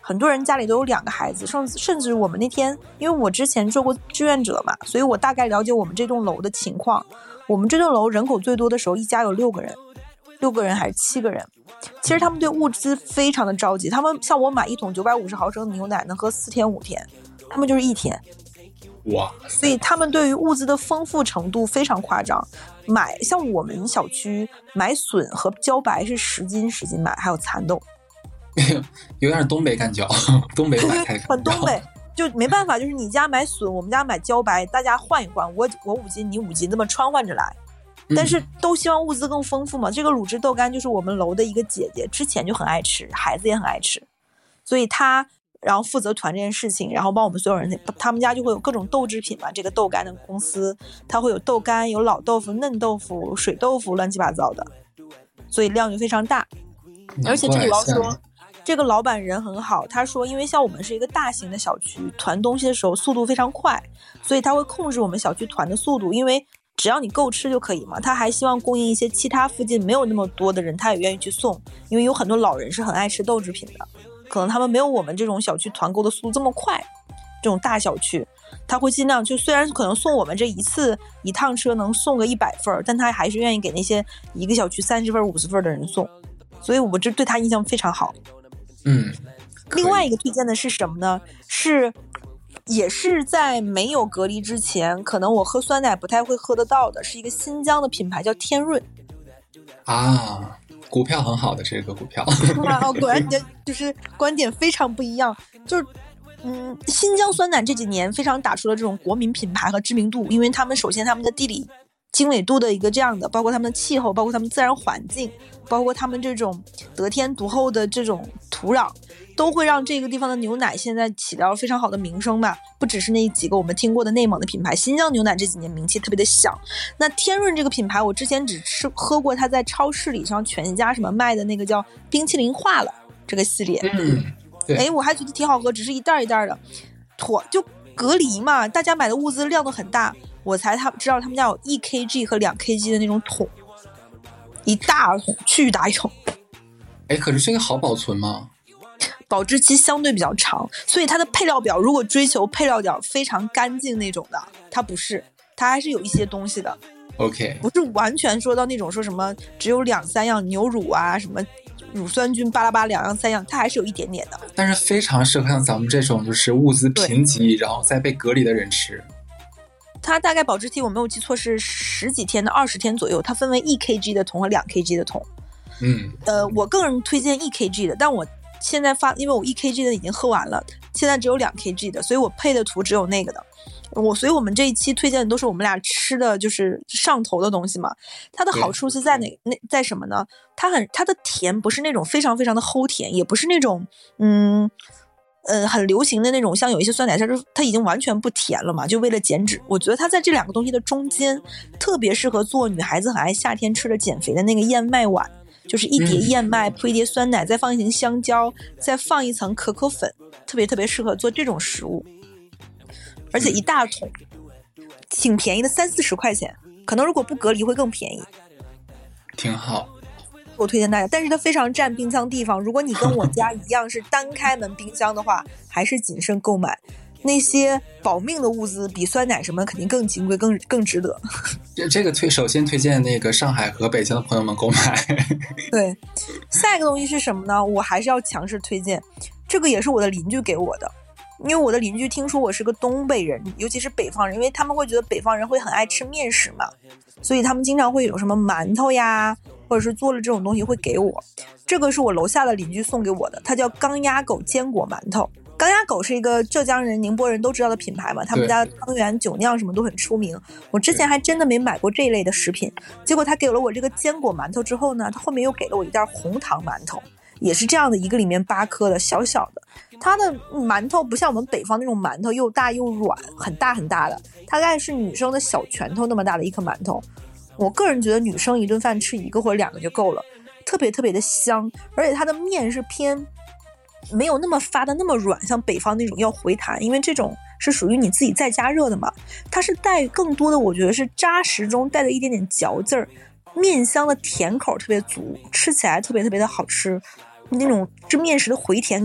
很多人家里都有两个孩子，甚至甚至我们那天，因为我之前做过志愿者嘛，所以我大概了解我们这栋楼的情况。我们这栋楼人口最多的时候，一家有六个人，六个人还是七个人。其实他们对物资非常的着急，他们像我买一桶九百五十毫升的牛奶能喝四天五天，他们就是一天。 哇！ 所以他们对于物资的丰富程度非常夸张。买像我们小区买笋和茭白是十斤十斤买，还有蚕豆。 有点东北感觉，东北买菜很东北，就没办法，就是你家买笋，我们家买茭白，大家换一换，我我五斤，你五斤，这么穿换着来。但是都希望物资更丰富嘛。嗯、这个卤汁豆干就是我们楼的一个姐姐，之前就很爱吃，孩子也很爱吃，所以她然后负责团这件事情，然后帮我们所有人。他们家就会有各种豆制品嘛，这个豆干的公司，它会有豆干，有老豆腐、嫩豆腐、水豆腐，乱七八糟的，所以量就非常大。而且这里我要说，这个老板人很好，他说因为像我们是一个大型的小区，团东西的时候速度非常快，所以他会控制我们小区团的速度，因为只要你够吃就可以嘛。他还希望供应一些其他附近没有那么多的人，他也愿意去送，因为有很多老人是很爱吃豆制品的，可能他们没有我们这种小区团购的速度这么快。这种大小区他会尽量，就虽然可能送我们这一次一趟车能送个一百份，但他还是愿意给那些一个小区三十份五十份的人送，所以我这对他印象非常好。 嗯， 另外一个推荐的是什么呢？是也是在没有隔离之前，可能我喝酸奶不太会喝得到的，是一个新疆的品牌叫天润啊，股票很好的这个股票。 哦，果然你的就是观点非常不一样。就是嗯，新疆酸奶这几年非常打出了这种国民品牌和知名度，因为他们首先他们的地理经纬度的一个这样的，包括他们的气候，包括他们自然环境，包括他们这种得天独厚的这种土壤，都会让这个地方的牛奶现在起到非常好的名声吧。不只是那几个我们听过的内蒙的品牌，新疆牛奶这几年名气特别的响。那天润这个品牌我之前只吃喝过它在超市里像全家什么卖的那个叫冰淇淋化了这个系列， 嗯，对， 哎，我还觉得挺好喝，只是一袋一袋的妥，就隔离嘛，大家买的物资量都很大，我才他知道他们家有一 K G 和两 K G 的那种桶，一大桶，巨大一桶。 哎，可是这个好保存吗？ 保质期相对比较长，所以它的配料表如果追求配料表非常干净那种的，它不是，它还是有一些东西的。 OK， 不是完全说到那种说什么只有两三样牛乳啊，什么乳酸菌巴拉巴两样三样，它还是有一点点的。 但是非常适合像咱们这种就是物资贫瘠然后再被隔离的人吃。 它大概保质期我没有记错是十几天的二十天左右，它分为一 K G 的桶和两 K G 的桶。 嗯， 呃，我个人推荐一 K G 的，但我现在发，因为我一 K G 的已经喝完了，现在只有两 K G 的，所以我配的图只有那个的。我所以我们这一期推荐的都是我们俩吃的就是上头的东西嘛。它的好处是在哪那在什么呢？它很它的甜不是那种非常非常的齁甜，也不是那种嗯呃很流行的那种，像有一些酸奶它它已经完全不甜了嘛，就为了减脂。我觉得它在这两个东西的中间，特别适合做女孩子很爱夏天吃的减肥的那个燕麦碗。就是一碟燕麦铺一碟酸奶，再放一层香蕉，再放一层可可粉，特别特别适合做这种食物。而且一大桶挺便宜的，三四十块钱，可能如果不隔离会更便宜， 挺好。 我推荐大家，但是它非常占冰箱地方，如果你跟我家一样是单开门冰箱的话，还是谨慎购买。那些保命的物资比酸奶什么肯定更金贵，更更值得。 这这个推首先推荐那个上海和北京的朋友们购买。 对，下一个东西是什么呢？我还是要强势推荐，这个也是我的邻居给我的，因为我的邻居听说我是个东北人，尤其是北方人，因为他们会觉得北方人会很爱吃面食嘛，所以他们经常会有什么馒头呀，或者是做了这种东西会给我。这个是我楼下的邻居送给我的，它叫钢鸭狗坚果馒头。钢鸭狗是一个浙江人宁波人都知道的品牌嘛，他们家汤圆酒酿什么都很出名。我之前还真的没买过这一类的食品，结果他给了我这个坚果馒头之后呢，他后面又给了我一袋红糖馒头，也是这样的，一个里面八颗的小小的。它的馒头不像我们北方那种馒头又大又软，很大很大的，大概是女生的小拳头那么大的一颗馒头。我个人觉得女生一顿饭吃一个或者两个就够了，特别特别的香，而且它的面是偏没有那么发的那么软，像北方那种要回弹，因为这种是属于你自己再加热的嘛，它是带更多的，我觉得是扎实中带着一点点嚼劲儿，面香的甜口特别足，吃起来特别特别的好吃，那种这面食的回甜感特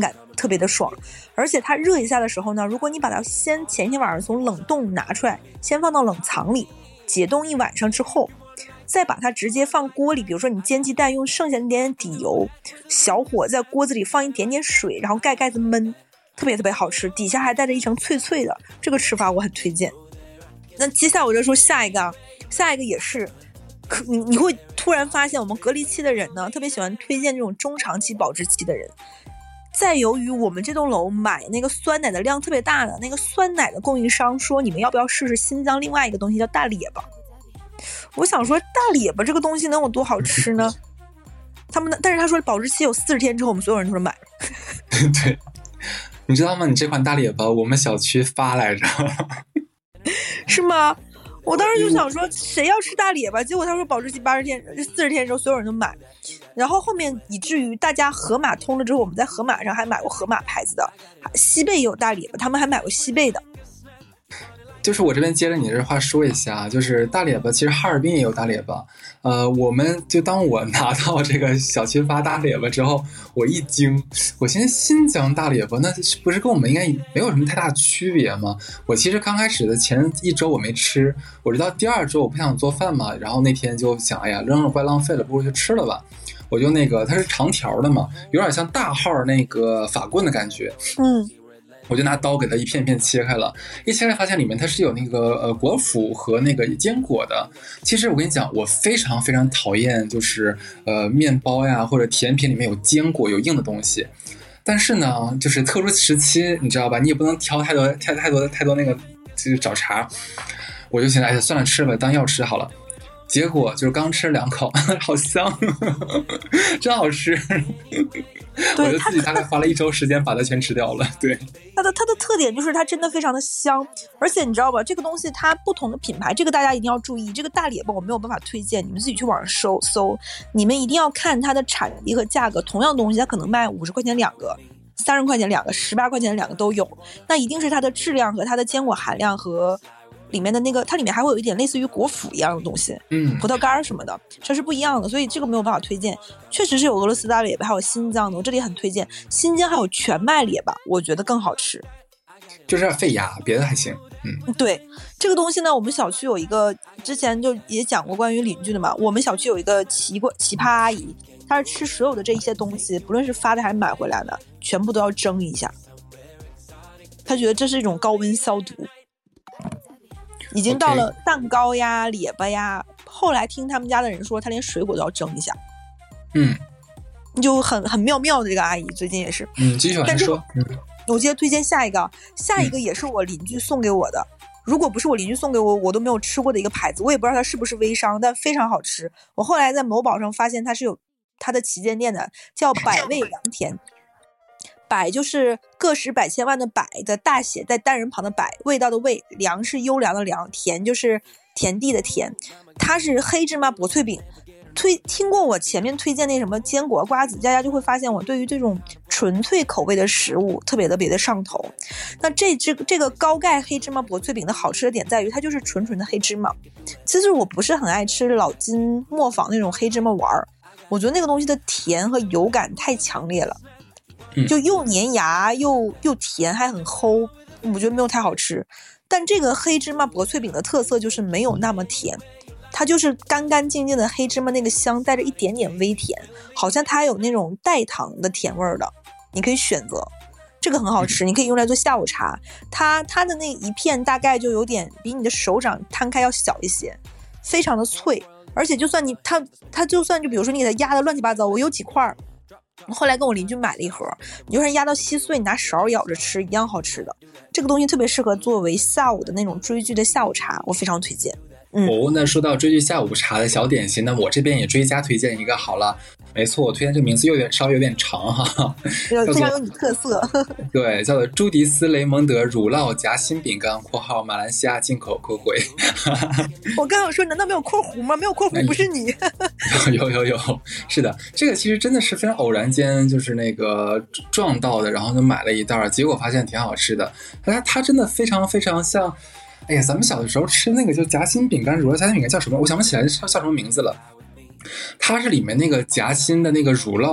特别的爽。而且它热一下的时候呢，如果你把它先前一天晚上从冷冻拿出来，先放到冷藏里解冻一晚上之后，再把它直接放锅里，比如说你煎鸡蛋用剩下一点点底油，小火在锅子里放一点点水，然后盖盖子焖，特别特别好吃，底下还带着一层脆脆的，这个吃法我很推荐。那接下来我就说下一个啊，下一个也是你你会突然发现我们隔离期的人呢特别喜欢推荐这种中长期保质期的人。再由于我们这栋楼买那个酸奶的量特别大的那个酸奶的供应商说，你们要不要试试新疆另外一个东西叫大列巴。我想说大列巴这个东西能有多好吃呢？他们但是他说保质期有四十天之后，我们所有人都是买对，你知道吗？你这款大列巴我们小区发来着。 是吗？我当时就想说谁要吃大列巴，结果他说保质期八十天四十天之后所有人都买。然后后面以至于大家盒马通了之后，我们在盒马上还买过盒马牌子的，西贝也有大列巴，他们还买过西贝的。 就是我这边接着你这话说一下，就是大列巴其实哈尔滨也有大列巴。呃，我们就当我拿到这个小区发大列巴之后，我一惊，我寻思新疆大列巴那不是跟我们应该没有什么太大区别吗？我其实刚开始的前一周我没吃，我直到第二周我不想做饭嘛，然后那天就想，哎呀，扔了怪浪费了，不如就吃了吧。我就那个它是长条的嘛，有点像大号那个法棍的感觉。 嗯。 我就拿刀给它一片片切开了，一切开发现里面它是有那个呃果脯和那个坚果的。其实我跟你讲，我非常非常讨厌就是呃面包呀或者甜品里面有坚果有硬的东西。但是呢，就是特殊时期你知道吧，你也不能挑太多太太多太多那个就是找茬。我就想哎算了吃吧，当药吃好了。结果就是刚吃两口，好香，真好吃。我就自己大概花了一周时间把它全吃掉了。对， 它的它的特点就是它真的非常的香，而且你知道吧，这个东西它不同的品牌，这个大家一定要注意。这个大列巴我没有办法推荐，你们自己去网上搜搜，你们一定要看它的产地和价格。同样东西它可能卖五十块钱两个，三十块钱两个，十八块钱两个都有，那一定是它的质量和它的坚果含量和里面的那个，它里面还会有一点类似于果脯一样的东西， 嗯， 葡萄干什么的，这是不一样的，所以这个没有办法推荐。确实是有俄罗斯大列巴，还有新疆的，我这里很推荐。新疆还有全麦列巴，我觉得更好吃， 就是费牙，别的还行。嗯， 对，这个东西呢，我们小区有一个，之前就也讲过关于邻居的嘛，我们小区有一个奇怪奇葩阿姨，她是吃所有的这一些东西，不论是发的还是买回来的，全部都要蒸一下，她觉得这是一种高温消毒。已经到了蛋糕呀、列巴呀，后来听他们家的人说，他连水果都要蒸一下。 嗯， 就很很妙妙的这个阿姨，最近也是。 嗯，继续往下说。嗯， 我接着推荐下一个，下一个也是我邻居送给我的。嗯、如果不是我邻居送给我，我都没有吃过的一个牌子，我也不知道它是不是微商，但非常好吃。我后来在某宝上发现它是有它的旗舰店的，叫百味良田。百就是个十百千万的百的大写在单人旁的百，味道的味，良是优良的良，田就是田地的田。它是黑芝麻薄脆饼。推听过我前面推荐那什么坚果瓜子，大家就会发现我对于这种纯粹口味的食物特别特别的上头。那这这这个高钙黑芝麻薄脆饼的好吃的点在于它就是纯纯的黑芝麻。其实我不是很爱吃老金磨坊那种黑芝麻丸儿，我觉得那个东西的甜和油感太强烈了，就又粘牙又又甜还很齁，我觉得没有太好吃。但这个黑芝麻薄脆饼的特色就是没有那么甜，它就是干干净净的黑芝麻那个香带着一点点微甜，好像它有那种代糖的甜味的，你可以选择，这个很好吃，你可以用来做下午茶。它它的那一片大概就有点比你的手掌摊开要小一些，非常的脆，而且就算你它它就算就比如说你给它压的乱七八糟，我有几块我后来跟我邻居买了一盒，你就是压到稀碎，你拿勺舀着吃一样好吃的。这个东西特别适合作为下午的那种追剧的下午茶，我非常推荐。嗯， 哦，那说到追剧下午茶的小点心，那我这边也追加推荐一个好了。没错，我推荐这个名字有点稍微有点长哈， 非常有你特色。 对，叫做朱迪斯雷蒙德乳酪夹心饼干（括号马来西亚进口（括回） 我刚想说，难道没有括弧吗？没有括弧不是你？ 有有有有，是的，这个其实真的是非常偶然间，就是那个撞到的，然后就买了一袋，结果发现挺好吃的。它它真的非常非常像，哎呀，咱们小的时候吃那个就夹心饼干，乳酪夹心饼干叫什么？我想不起来叫叫什么名字了。它是里面那个夹心的那个乳酪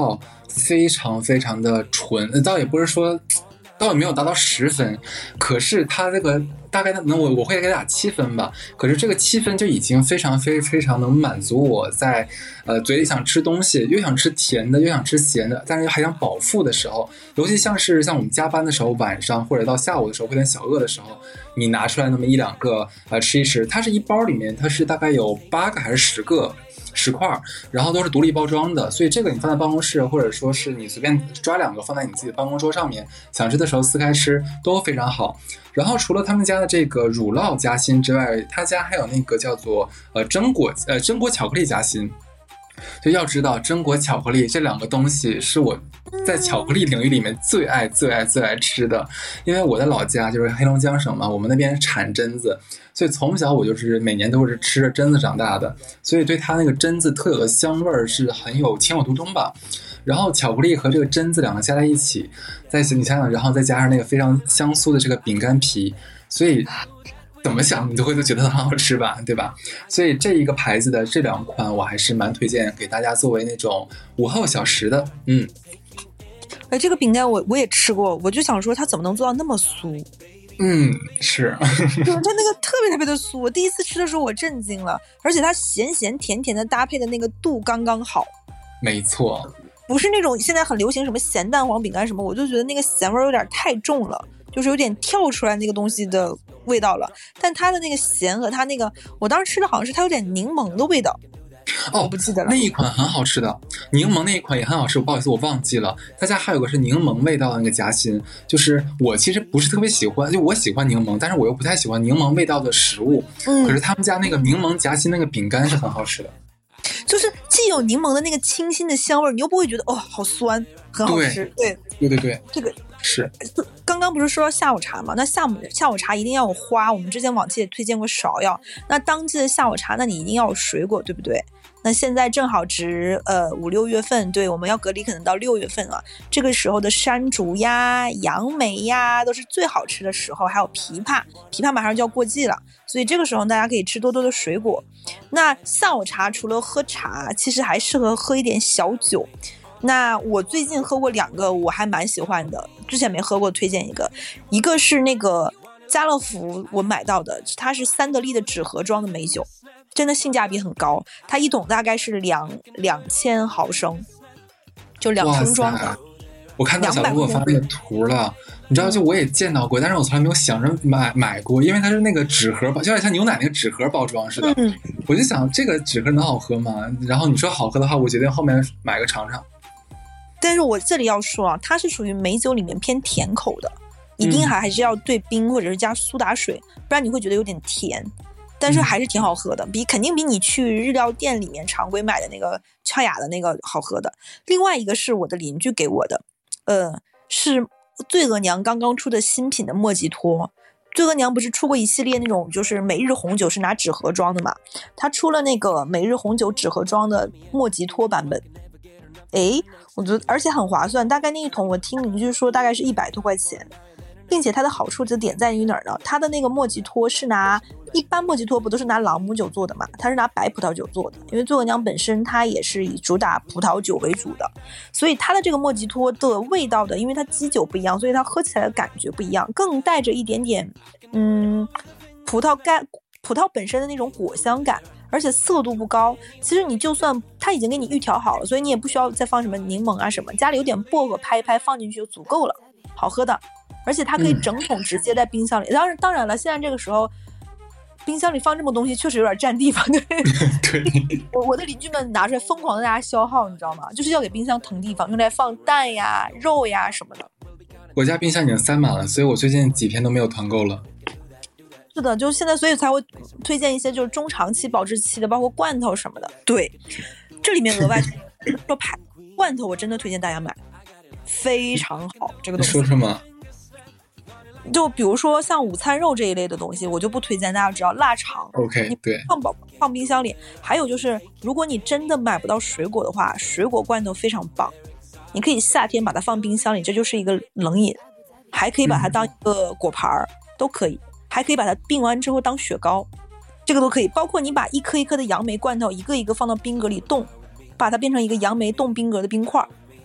非常非常的纯，倒也不是说。倒也没有达到十分，可是它这个大概能我我会给打七分吧。可是这个七分就已经非常非非常能满足我在呃嘴里想吃东西，又想吃甜的，又想吃咸的，但是还想饱腹的时候，尤其像是像我们加班的时候，晚上或者到下午的时候，会有点小饿的时候，你拿出来那么一两个呃吃一吃，它是一包里面它是大概有八个还是十个。十块，然后都是独立包装的，所以这个你放在办公室，或者说是你随便抓两个放在你自己的办公桌上面，想吃的时候撕开吃都非常好。然后除了他们家的这个乳酪夹心之外，他家还有那个叫做呃榛果呃榛果巧克力夹心。就要知道榛果巧克力这两个东西是我在巧克力领域里面最爱最爱最爱吃的，因为我的老家就是黑龙江省嘛，我们那边产榛子，所以从小我就是每年都是吃着榛子长大的，所以对它那个榛子特有的香味是很有情有独钟吧。然后巧克力和这个榛子两个加在一起，再你想想，然后再加上那个非常香酥的这个饼干皮，所以怎么想你都会觉得很好吃吧，对吧？所以这一个牌子的这两款我还是蛮推荐给大家作为那种午后小食的。嗯， 哎，这个饼干我我也吃过，我就想说它怎么能做到那么酥？ 嗯，是， 就是它那个特别特别的酥，我第一次吃的时候我震惊了，而且它咸咸甜甜的搭配的那个度刚刚好。 没错， 不是那种现在很流行什么咸蛋黄饼干什么，我就觉得那个咸味有点太重了，就是有点跳出来那个东西的味道了。但它的那个咸和它那个，我当时吃的好像是它有点柠檬的味道。 哦， 我不记得了。 那一款很好吃的，柠檬那一款也很好吃，不好意思我忘记了。他家还有个是柠檬味道的那个夹心，就是我其实不是特别喜欢，就我喜欢柠檬，但是我又不太喜欢柠檬味道的食物。嗯，可是他们家那个柠檬夹心那个饼干是很好吃的， 就是既有柠檬的那个清新的香味，你又不会觉得哦好酸，很好吃。对对对对， 这个是。 刚刚不是说到下午茶吗？那下午下午茶一定要有花，我们之前往期也推荐过芍药。那当季的下午茶，那你一定要有水果，对不对？那现在正好值呃五六月份，对，我们要隔离可能到六月份了。这个时候的山竹呀、杨梅呀，都是最好吃的时候。还有枇杷，枇杷马上就要过季了，所以这个时候大家可以吃多多的水果。那下午茶除了喝茶，其实还适合喝一点小酒。那我最近喝过两个，我还蛮喜欢的，之前没喝过，推荐一个。一个是那个家乐福我买到的，它是三得利的纸盒装的美酒。真的性价比很高，它一桶大概是两两千毫升，就两升装的。 我看到小鹿发那个图了，你知道，就我也见到过，但是我从来没有想着买买过，因为它是那个纸盒包，就有点像牛奶那个纸盒包装似的。嗯，我就想这个纸盒能好喝吗？然后你说好喝的话，我决定后面买个尝尝。 但是我这里要说啊，它是属于美酒里面偏甜口的，一定还还是要兑冰或者是加苏打水，不然你会觉得有点甜。但是还是挺好喝的，比肯定比你去日料店里面常规买的那个俏雅的那个好喝的。另外一个是我的邻居给我的，呃，是醉额娘刚刚出的新品的莫吉托。醉额娘不是出过一系列那种就是每日红酒是拿纸盒装的嘛？它出了那个每日红酒纸盒装的莫吉托版本。诶，我觉得而且很划算，大概那一桶我听邻居说大概是一百多块钱。并且它的好处就点在于哪儿呢？它的那个莫吉托是拿一般莫吉托不都是拿朗姆酒做的嘛？它是拿白葡萄酒做的，因为醉额娘本身它也是以主打葡萄酒为主的，所以它的这个莫吉托的味道的，因为它基酒不一样，所以它喝起来的感觉不一样，更带着一点点嗯葡萄干葡萄本身的那种果香感，而且色度不高。其实你就算它已经给你预调好了，所以你也不需要再放什么柠檬啊什么，家里有点薄荷拍一拍放进去就足够了，好喝的。而且它可以整桶直接在冰箱里，嗯、当然当然了，现在这个时候冰箱里放这么东西确实有点占地方，对对。我我的邻居们拿出来疯狂的大家消耗，你知道吗？就是要给冰箱腾地方，用来放蛋呀、肉呀什么的。 我家冰箱已经塞满了，所以我最近几天都没有团购了。 是的，就现在，所以才会推荐一些就是中长期保质期的，包括罐头什么的。对，这里面额外说牌罐头，我真的推荐大家买，非常好。这个东西说什么？ 就比如说像午餐肉这一类的东西，我就不推荐大家知道腊肠。 OK， 对， 放保放冰箱里。还有就是，如果你真的买不到水果的话，水果罐头非常棒，你可以夏天把它放冰箱里，这就是一个冷饮，还可以把它当一个果盘、嗯、都可以，还可以把它冰完之后当雪糕，这个都可以。包括你把一颗一颗的杨梅罐头一个一个放到冰格里冻，把它变成一个杨梅冻冰格的冰块，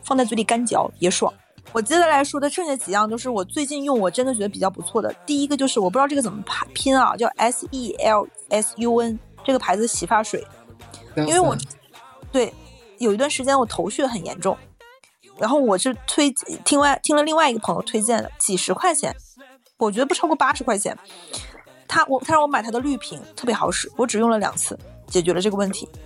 放在嘴里干嚼也爽。我接下来说的剩下几样都是我最近用我真的觉得比较不错的。第一个就是我不知道这个怎么拼啊，叫 S E L S U N 这个牌子洗发水，因为我对有一段时间我头屑很严重，然后我是推听外听了另外一个朋友推荐的，几十块钱，我觉得不超过八十块钱，他我他让我买他的绿瓶，特别好使，我只用了两次解决了这个问题。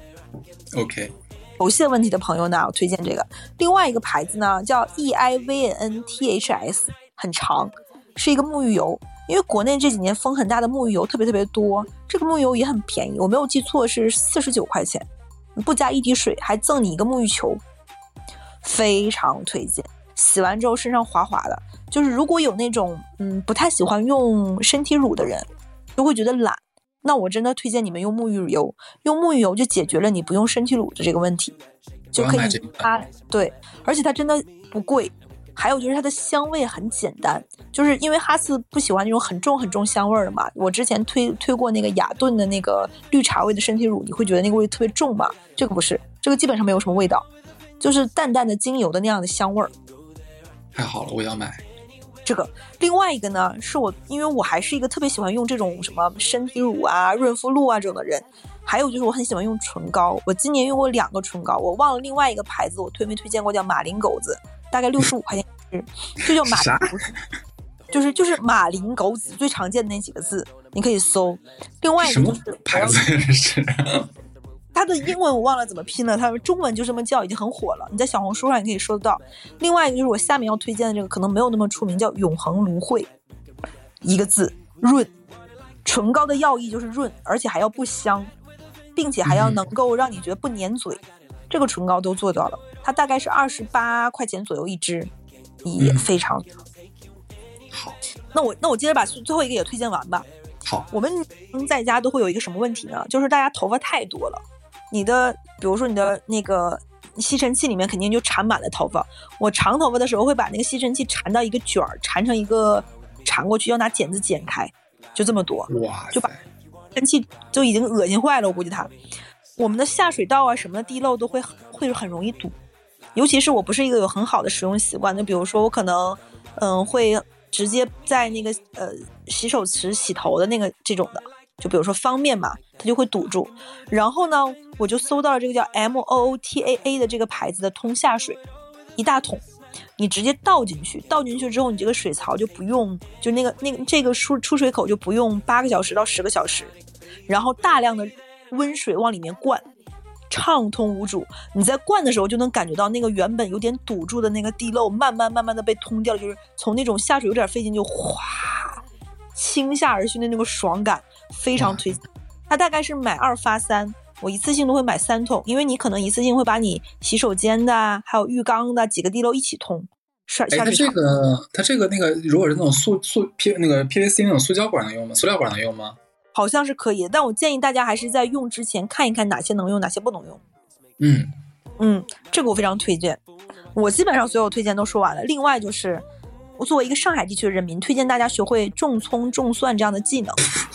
OK， 头屑问题的朋友呢，我推荐这个。另外一个牌子呢叫 E I V N N T H S， 很长，是一个沐浴油。因为国内这几年风很大的沐浴油特别特别多，这个沐浴油也很便宜，我没有记错是四十九块钱，不加一滴水还赠你一个沐浴球，非常推荐。洗完之后身上滑滑的，就是如果有那种嗯不太喜欢用身体乳的人，就会觉得懒，那我真的推荐你们用沐浴油，用沐浴油就解决了你不用身体乳的这个问题，就可以它对，而且它真的不贵。还有就是它的香味很简单，就是因为哈斯不喜欢那种很重很重香味的嘛。我之前推推过那个雅顿的那个绿茶味的身体乳，你会觉得那个味特别重嘛？这个不是，这个基本上没有什么味道，就是淡淡的精油的那样的香味儿。 太好了，我要买这个。另外一个呢，是我因为我还是一个特别喜欢用这种什么身体乳啊、润肤露啊这种的人。还有就是我很喜欢用唇膏，我今年用过两个唇膏，我忘了另外一个牌子我推没推荐过，叫马林狗子，大概六十五块钱一支，就叫马林，就是就是马林狗子最常见的那几个字，你可以搜。另外一个就是什么牌子是？ 它的英文我忘了怎么拼了，它中文就这么叫，已经很火了，你在小红书上也可以搜得到。另外一个就是我下面要推荐的这个，可能没有那么出名，叫永恒芦荟，一个字，润。唇膏的要义就是润，而且还要不香，并且还要能够让你觉得不粘嘴，嗯、这个唇膏都做到了。它大概是二十八块钱左右一支，也非常好。 那我那我接着把最后一个也推荐完吧。 好， 我们在家都会有一个什么问题呢？就是大家头发太多了，你的比如说你的那个吸尘器里面肯定就缠满了头发。我长头发的时候会把那个吸尘器缠到一个卷儿，缠成一个缠过去，要拿剪子剪开，就这么多， 哇， 就把吸尘器就已经恶心坏了。我估计它，我们的下水道啊什么的地漏都会会很容易堵，尤其是我不是一个有很好的使用习惯，就比如说我可能嗯会直接在那个呃洗手池洗头的那个这种的，就比如说方便嘛，它就会堵住。然后呢，我就搜到了这个叫 M O O T A A 的这个牌子的通下水，一大桶，你直接倒进去，倒进去之后，你这个水槽就不用，就那个那个这个出出水口就不用八个小时到十个小时，然后大量的温水往里面灌，畅通无阻。你在灌的时候就能感觉到那个原本有点堵住的那个地漏慢慢慢慢的被通掉了，就是从那种下水有点费劲就哗倾下而去的那个爽感，非常推荐。它大概是买二发三，我一次性都会买三桶，因为你可能一次性会把你洗手间的还有浴缸的几个地漏一起通。 哎，它这个它这个那个如果是那种塑塑 P 那个 P V C 那种塑胶管能用吗？塑料管能用吗？ 好像是可以的，但我建议大家还是在用之前看一看哪些能用哪些不能用。 嗯嗯，这个我非常推荐。我基本上所有推荐都说完了。另外就是我作为一个上海地区的人民，推荐大家学会种葱种蒜这样的技能。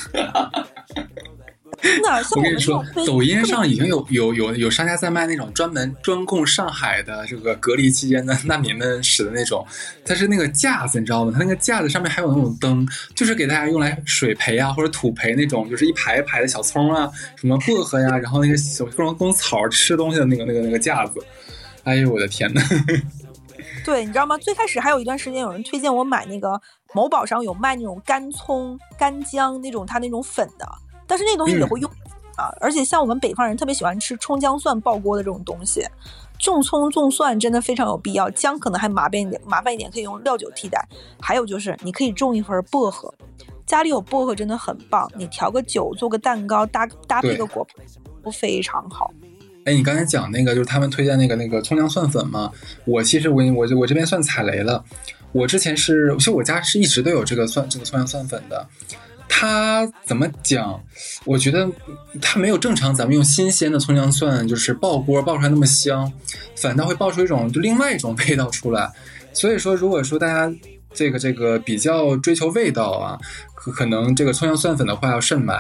那像我跟你说， 抖音上已经有有有有商家在卖那种专门专供上海的这个隔离期间的难民们使的那种，它是那个架子，你知道吗？它那个架子上面还有那种灯，就是给大家用来水培啊或者土培那种，就是一排一排的小葱啊，什么薄荷呀，然后那个小各种公草吃东西的那个那个那个架子。哎呦我的天哪！ 对，你知道吗？最开始还有一段时间有人推荐我买那个某宝上有卖那种干葱、干姜那种，它那种粉的。但是那东西也会用、嗯、啊，而且像我们北方人特别喜欢吃葱姜蒜爆锅的这种东西，种葱种蒜真的非常有必要，姜可能还麻烦一点，麻烦一点可以用料酒替代。还有就是你可以种一份薄荷，家里有薄荷真的很棒，你调个酒做个蛋糕搭搭配个果都非常好。 哎，你刚才讲那个就是他们推荐那个那个葱姜蒜粉嘛，我其实我我我这边算踩雷了，我之前是其实我家是一直都有这个蒜这个葱姜蒜粉的。它怎么讲？我觉得它没有正常咱们用新鲜的葱姜蒜就是爆锅爆出来那么香，反倒会爆出一种就另外一种味道出来。所以说，如果说大家这个这个比较追求味道啊，可可能这个葱姜蒜粉的话要慎买。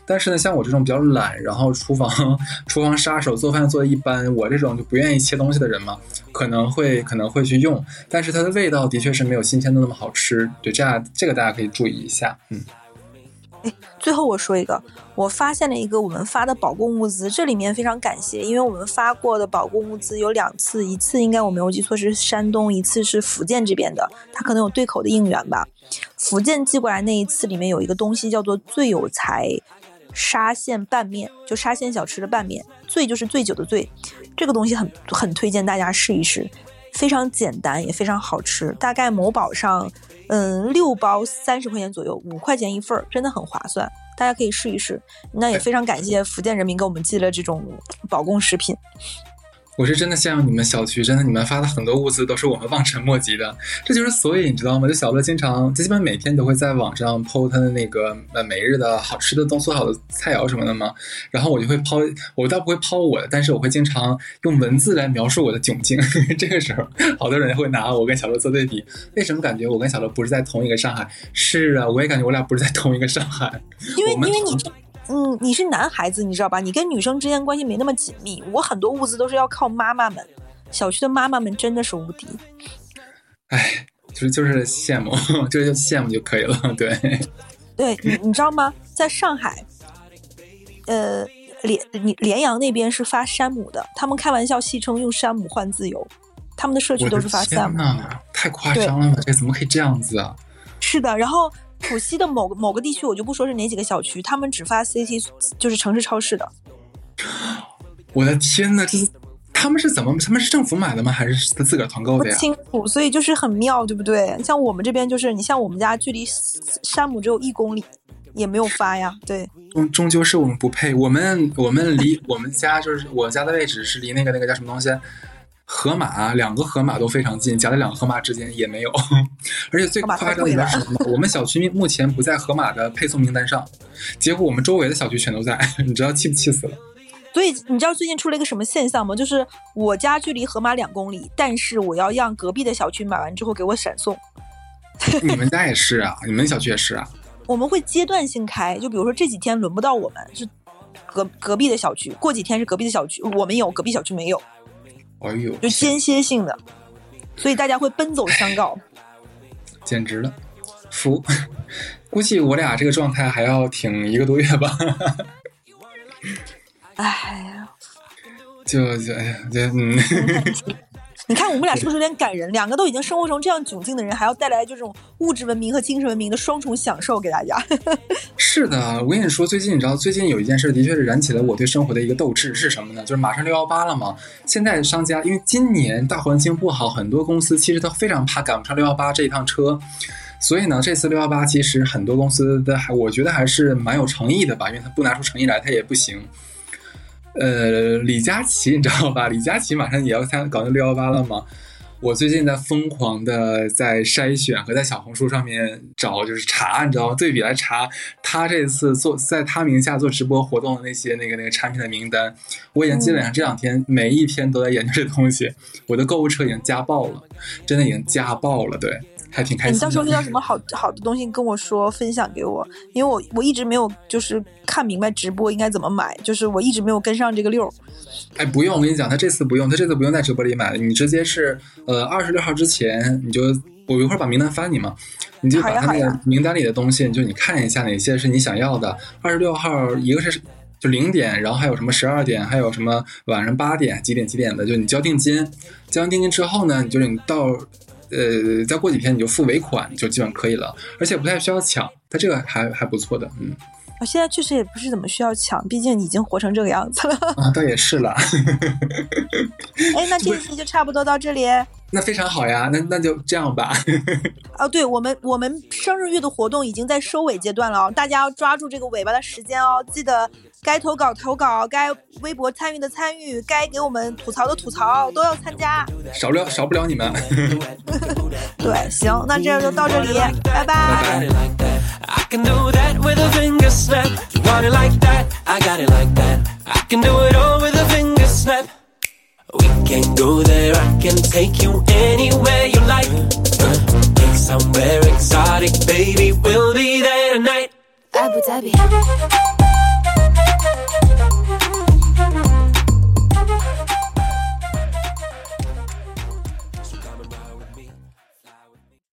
但是呢，像我这种比较懒，然后厨房厨房杀手，做饭做的一般，我这种就不愿意切东西的人嘛，可能会可能会去用，但是它的味道的确是没有新鲜的那么好吃。对，这样这个大家可以注意一下。嗯。 哎，最后我说一个，我发现了一个我们发的保供物资，这里面非常感谢，因为我们发过的保供物资有两次，一次应该我没有记错是山东，一次是福建这边的，它可能有对口的应援吧。福建寄过来那一次里面有一个东西叫做醉有才沙县拌面，就沙县小吃的拌面，醉就是醉酒的醉，这个东西很很推荐大家试一试，非常简单也非常好吃，大概某宝上嗯，六包三十块钱左右，五块钱一份，真的很划算，大家可以试一试。那也非常感谢福建人民给我们寄了这种保供食品。 我是真的羡慕你们小区，真的你们发的很多物资都是我们望尘莫及的，这就是所以你知道吗？就小乐经常，就基本每天都会在网上 po 他的那个呃每日的好吃的东做好的菜肴什么的嘛，然后我就会抛，我倒不会抛我的，但是我会经常用文字来描述我的窘境。这个时候，好多人会拿我跟小乐做对比，为什么感觉我跟小乐不是在同一个上海？是啊，我也感觉我俩不是在同一个上海， 因为因为你。嗯，你是男孩子，你知道吧？你跟女生之间关系没那么紧密。我很多物资都是要靠妈妈们，小区的妈妈们真的是无敌。 哎，就是就是羡慕，就是羡慕就可以了。对， 对，你你知道吗？在上海，呃，连你连阳那边是发山姆的，他们开玩笑戏称用山姆换自由，他们的社区都是发山姆。 太夸张了吧？这怎么可以这样子啊？ 是的，然后。浦西的某个某个地区，我就不说是哪几个小区，他们只发 C T， 就是城市超市的。 我的天哪，这是他们是怎么？他们是政府买的吗？还是他自个儿团购的呀？ 不清楚，所以就是很妙，对不对？像我们这边就是，你像我们家距离山姆只有一公里，也没有发呀。对， 终终究是我们不配。我们我们离我们家就是我家的位置是离那个那个叫什么东西？河马，两个河马都非常近，夹在两个河马之间也没有。而且最夸张的是什么？我们小区目前不在河马的配送名单上，结果我们周围的小区全都在，你知道气不气死了？ 所以你知道最近出了一个什么现象吗？就是我家距离河马两公里，但是我要让隔壁的小区买完之后给我闪送。 你们家也是啊？你们小区也是啊？ 我们会阶段性开，就比如说这几天轮不到我们，是隔隔壁的小区，过几天是隔壁的小区，我们有，隔壁小区没有。 哎呦， 就间歇性的，所以大家会奔走相告， 简直了，服！估计我俩这个状态还要挺一个多月吧。 哎呀， 就就哎呀，就嗯。 你看我们俩是不是有点感人？两个都已经生活成这样窘境的人，还要带来这种物质文明和精神文明的双重享受给大家。 是的，我跟你说，最近你知道，最近有一件事的确是燃起了我对生活的一个斗志，是什么呢？就是马上六幺八了嘛。现在商家因为今年大环境不好，很多公司其实都非常怕赶不上六幺八这一趟车。所以呢，这次六幺八其实很多公司的还我觉得还是蛮有诚意的吧，因为他不拿出诚意来，他也不行。呃，李佳琦你知道吧？李佳琦马上也要参搞那六幺八了嘛。我最近在疯狂的在筛选和在小红书上面找，就是查，你知道吗？对比来查他这次做在他名下做直播活动的那些那个那个产品的名单。我已经基本上这两天每一天都在研究这东西，我的购物车已经加爆了，真的已经加爆了，对。还挺开心的。 你到时候遇到什么好好的东西跟我说，分享给我，因为我我一直没有就是看明白直播应该怎么买，就是我一直没有跟上这个溜。 哎，不用，我跟你讲，他这次不用，他这次不用在直播里买的，你直接是呃二十六号之前，你就我一会儿把名单发你嘛，你就把他那个名单里的东西，就你看一下哪些是你想要的。二十六号一个是就零点，然后还有什么十二点，还有什么晚上八点几点几点的，就你交定金，交完定金之后呢，你就是你到。呃，再过几天你就付尾款，就基本可以了，而且不太需要抢，它这个还还不错的，嗯。 我现在确实也不是怎么需要抢，毕竟已经活成这个样子了。 啊，倒也是了。 哎，那这一期就差不多到这里。 那非常好呀，那那就这样吧。 哦，对，我们我们生日月的活动已经在收尾阶段了哦，大家要抓住这个尾巴的时间哦，记得该投稿投稿，该微博参与的参与，该给我们吐槽的吐槽都要参加， 少不了少不了你们。 对，行，那这就到这里，拜拜。 拜拜。 I can do that with a finger snap. You want it like that? I got it like that. I can do it all with a finger snap. We can go there. I can take you anywhere you like. Take somewhere exotic, baby. We'll be there tonight. Abu Dhabi.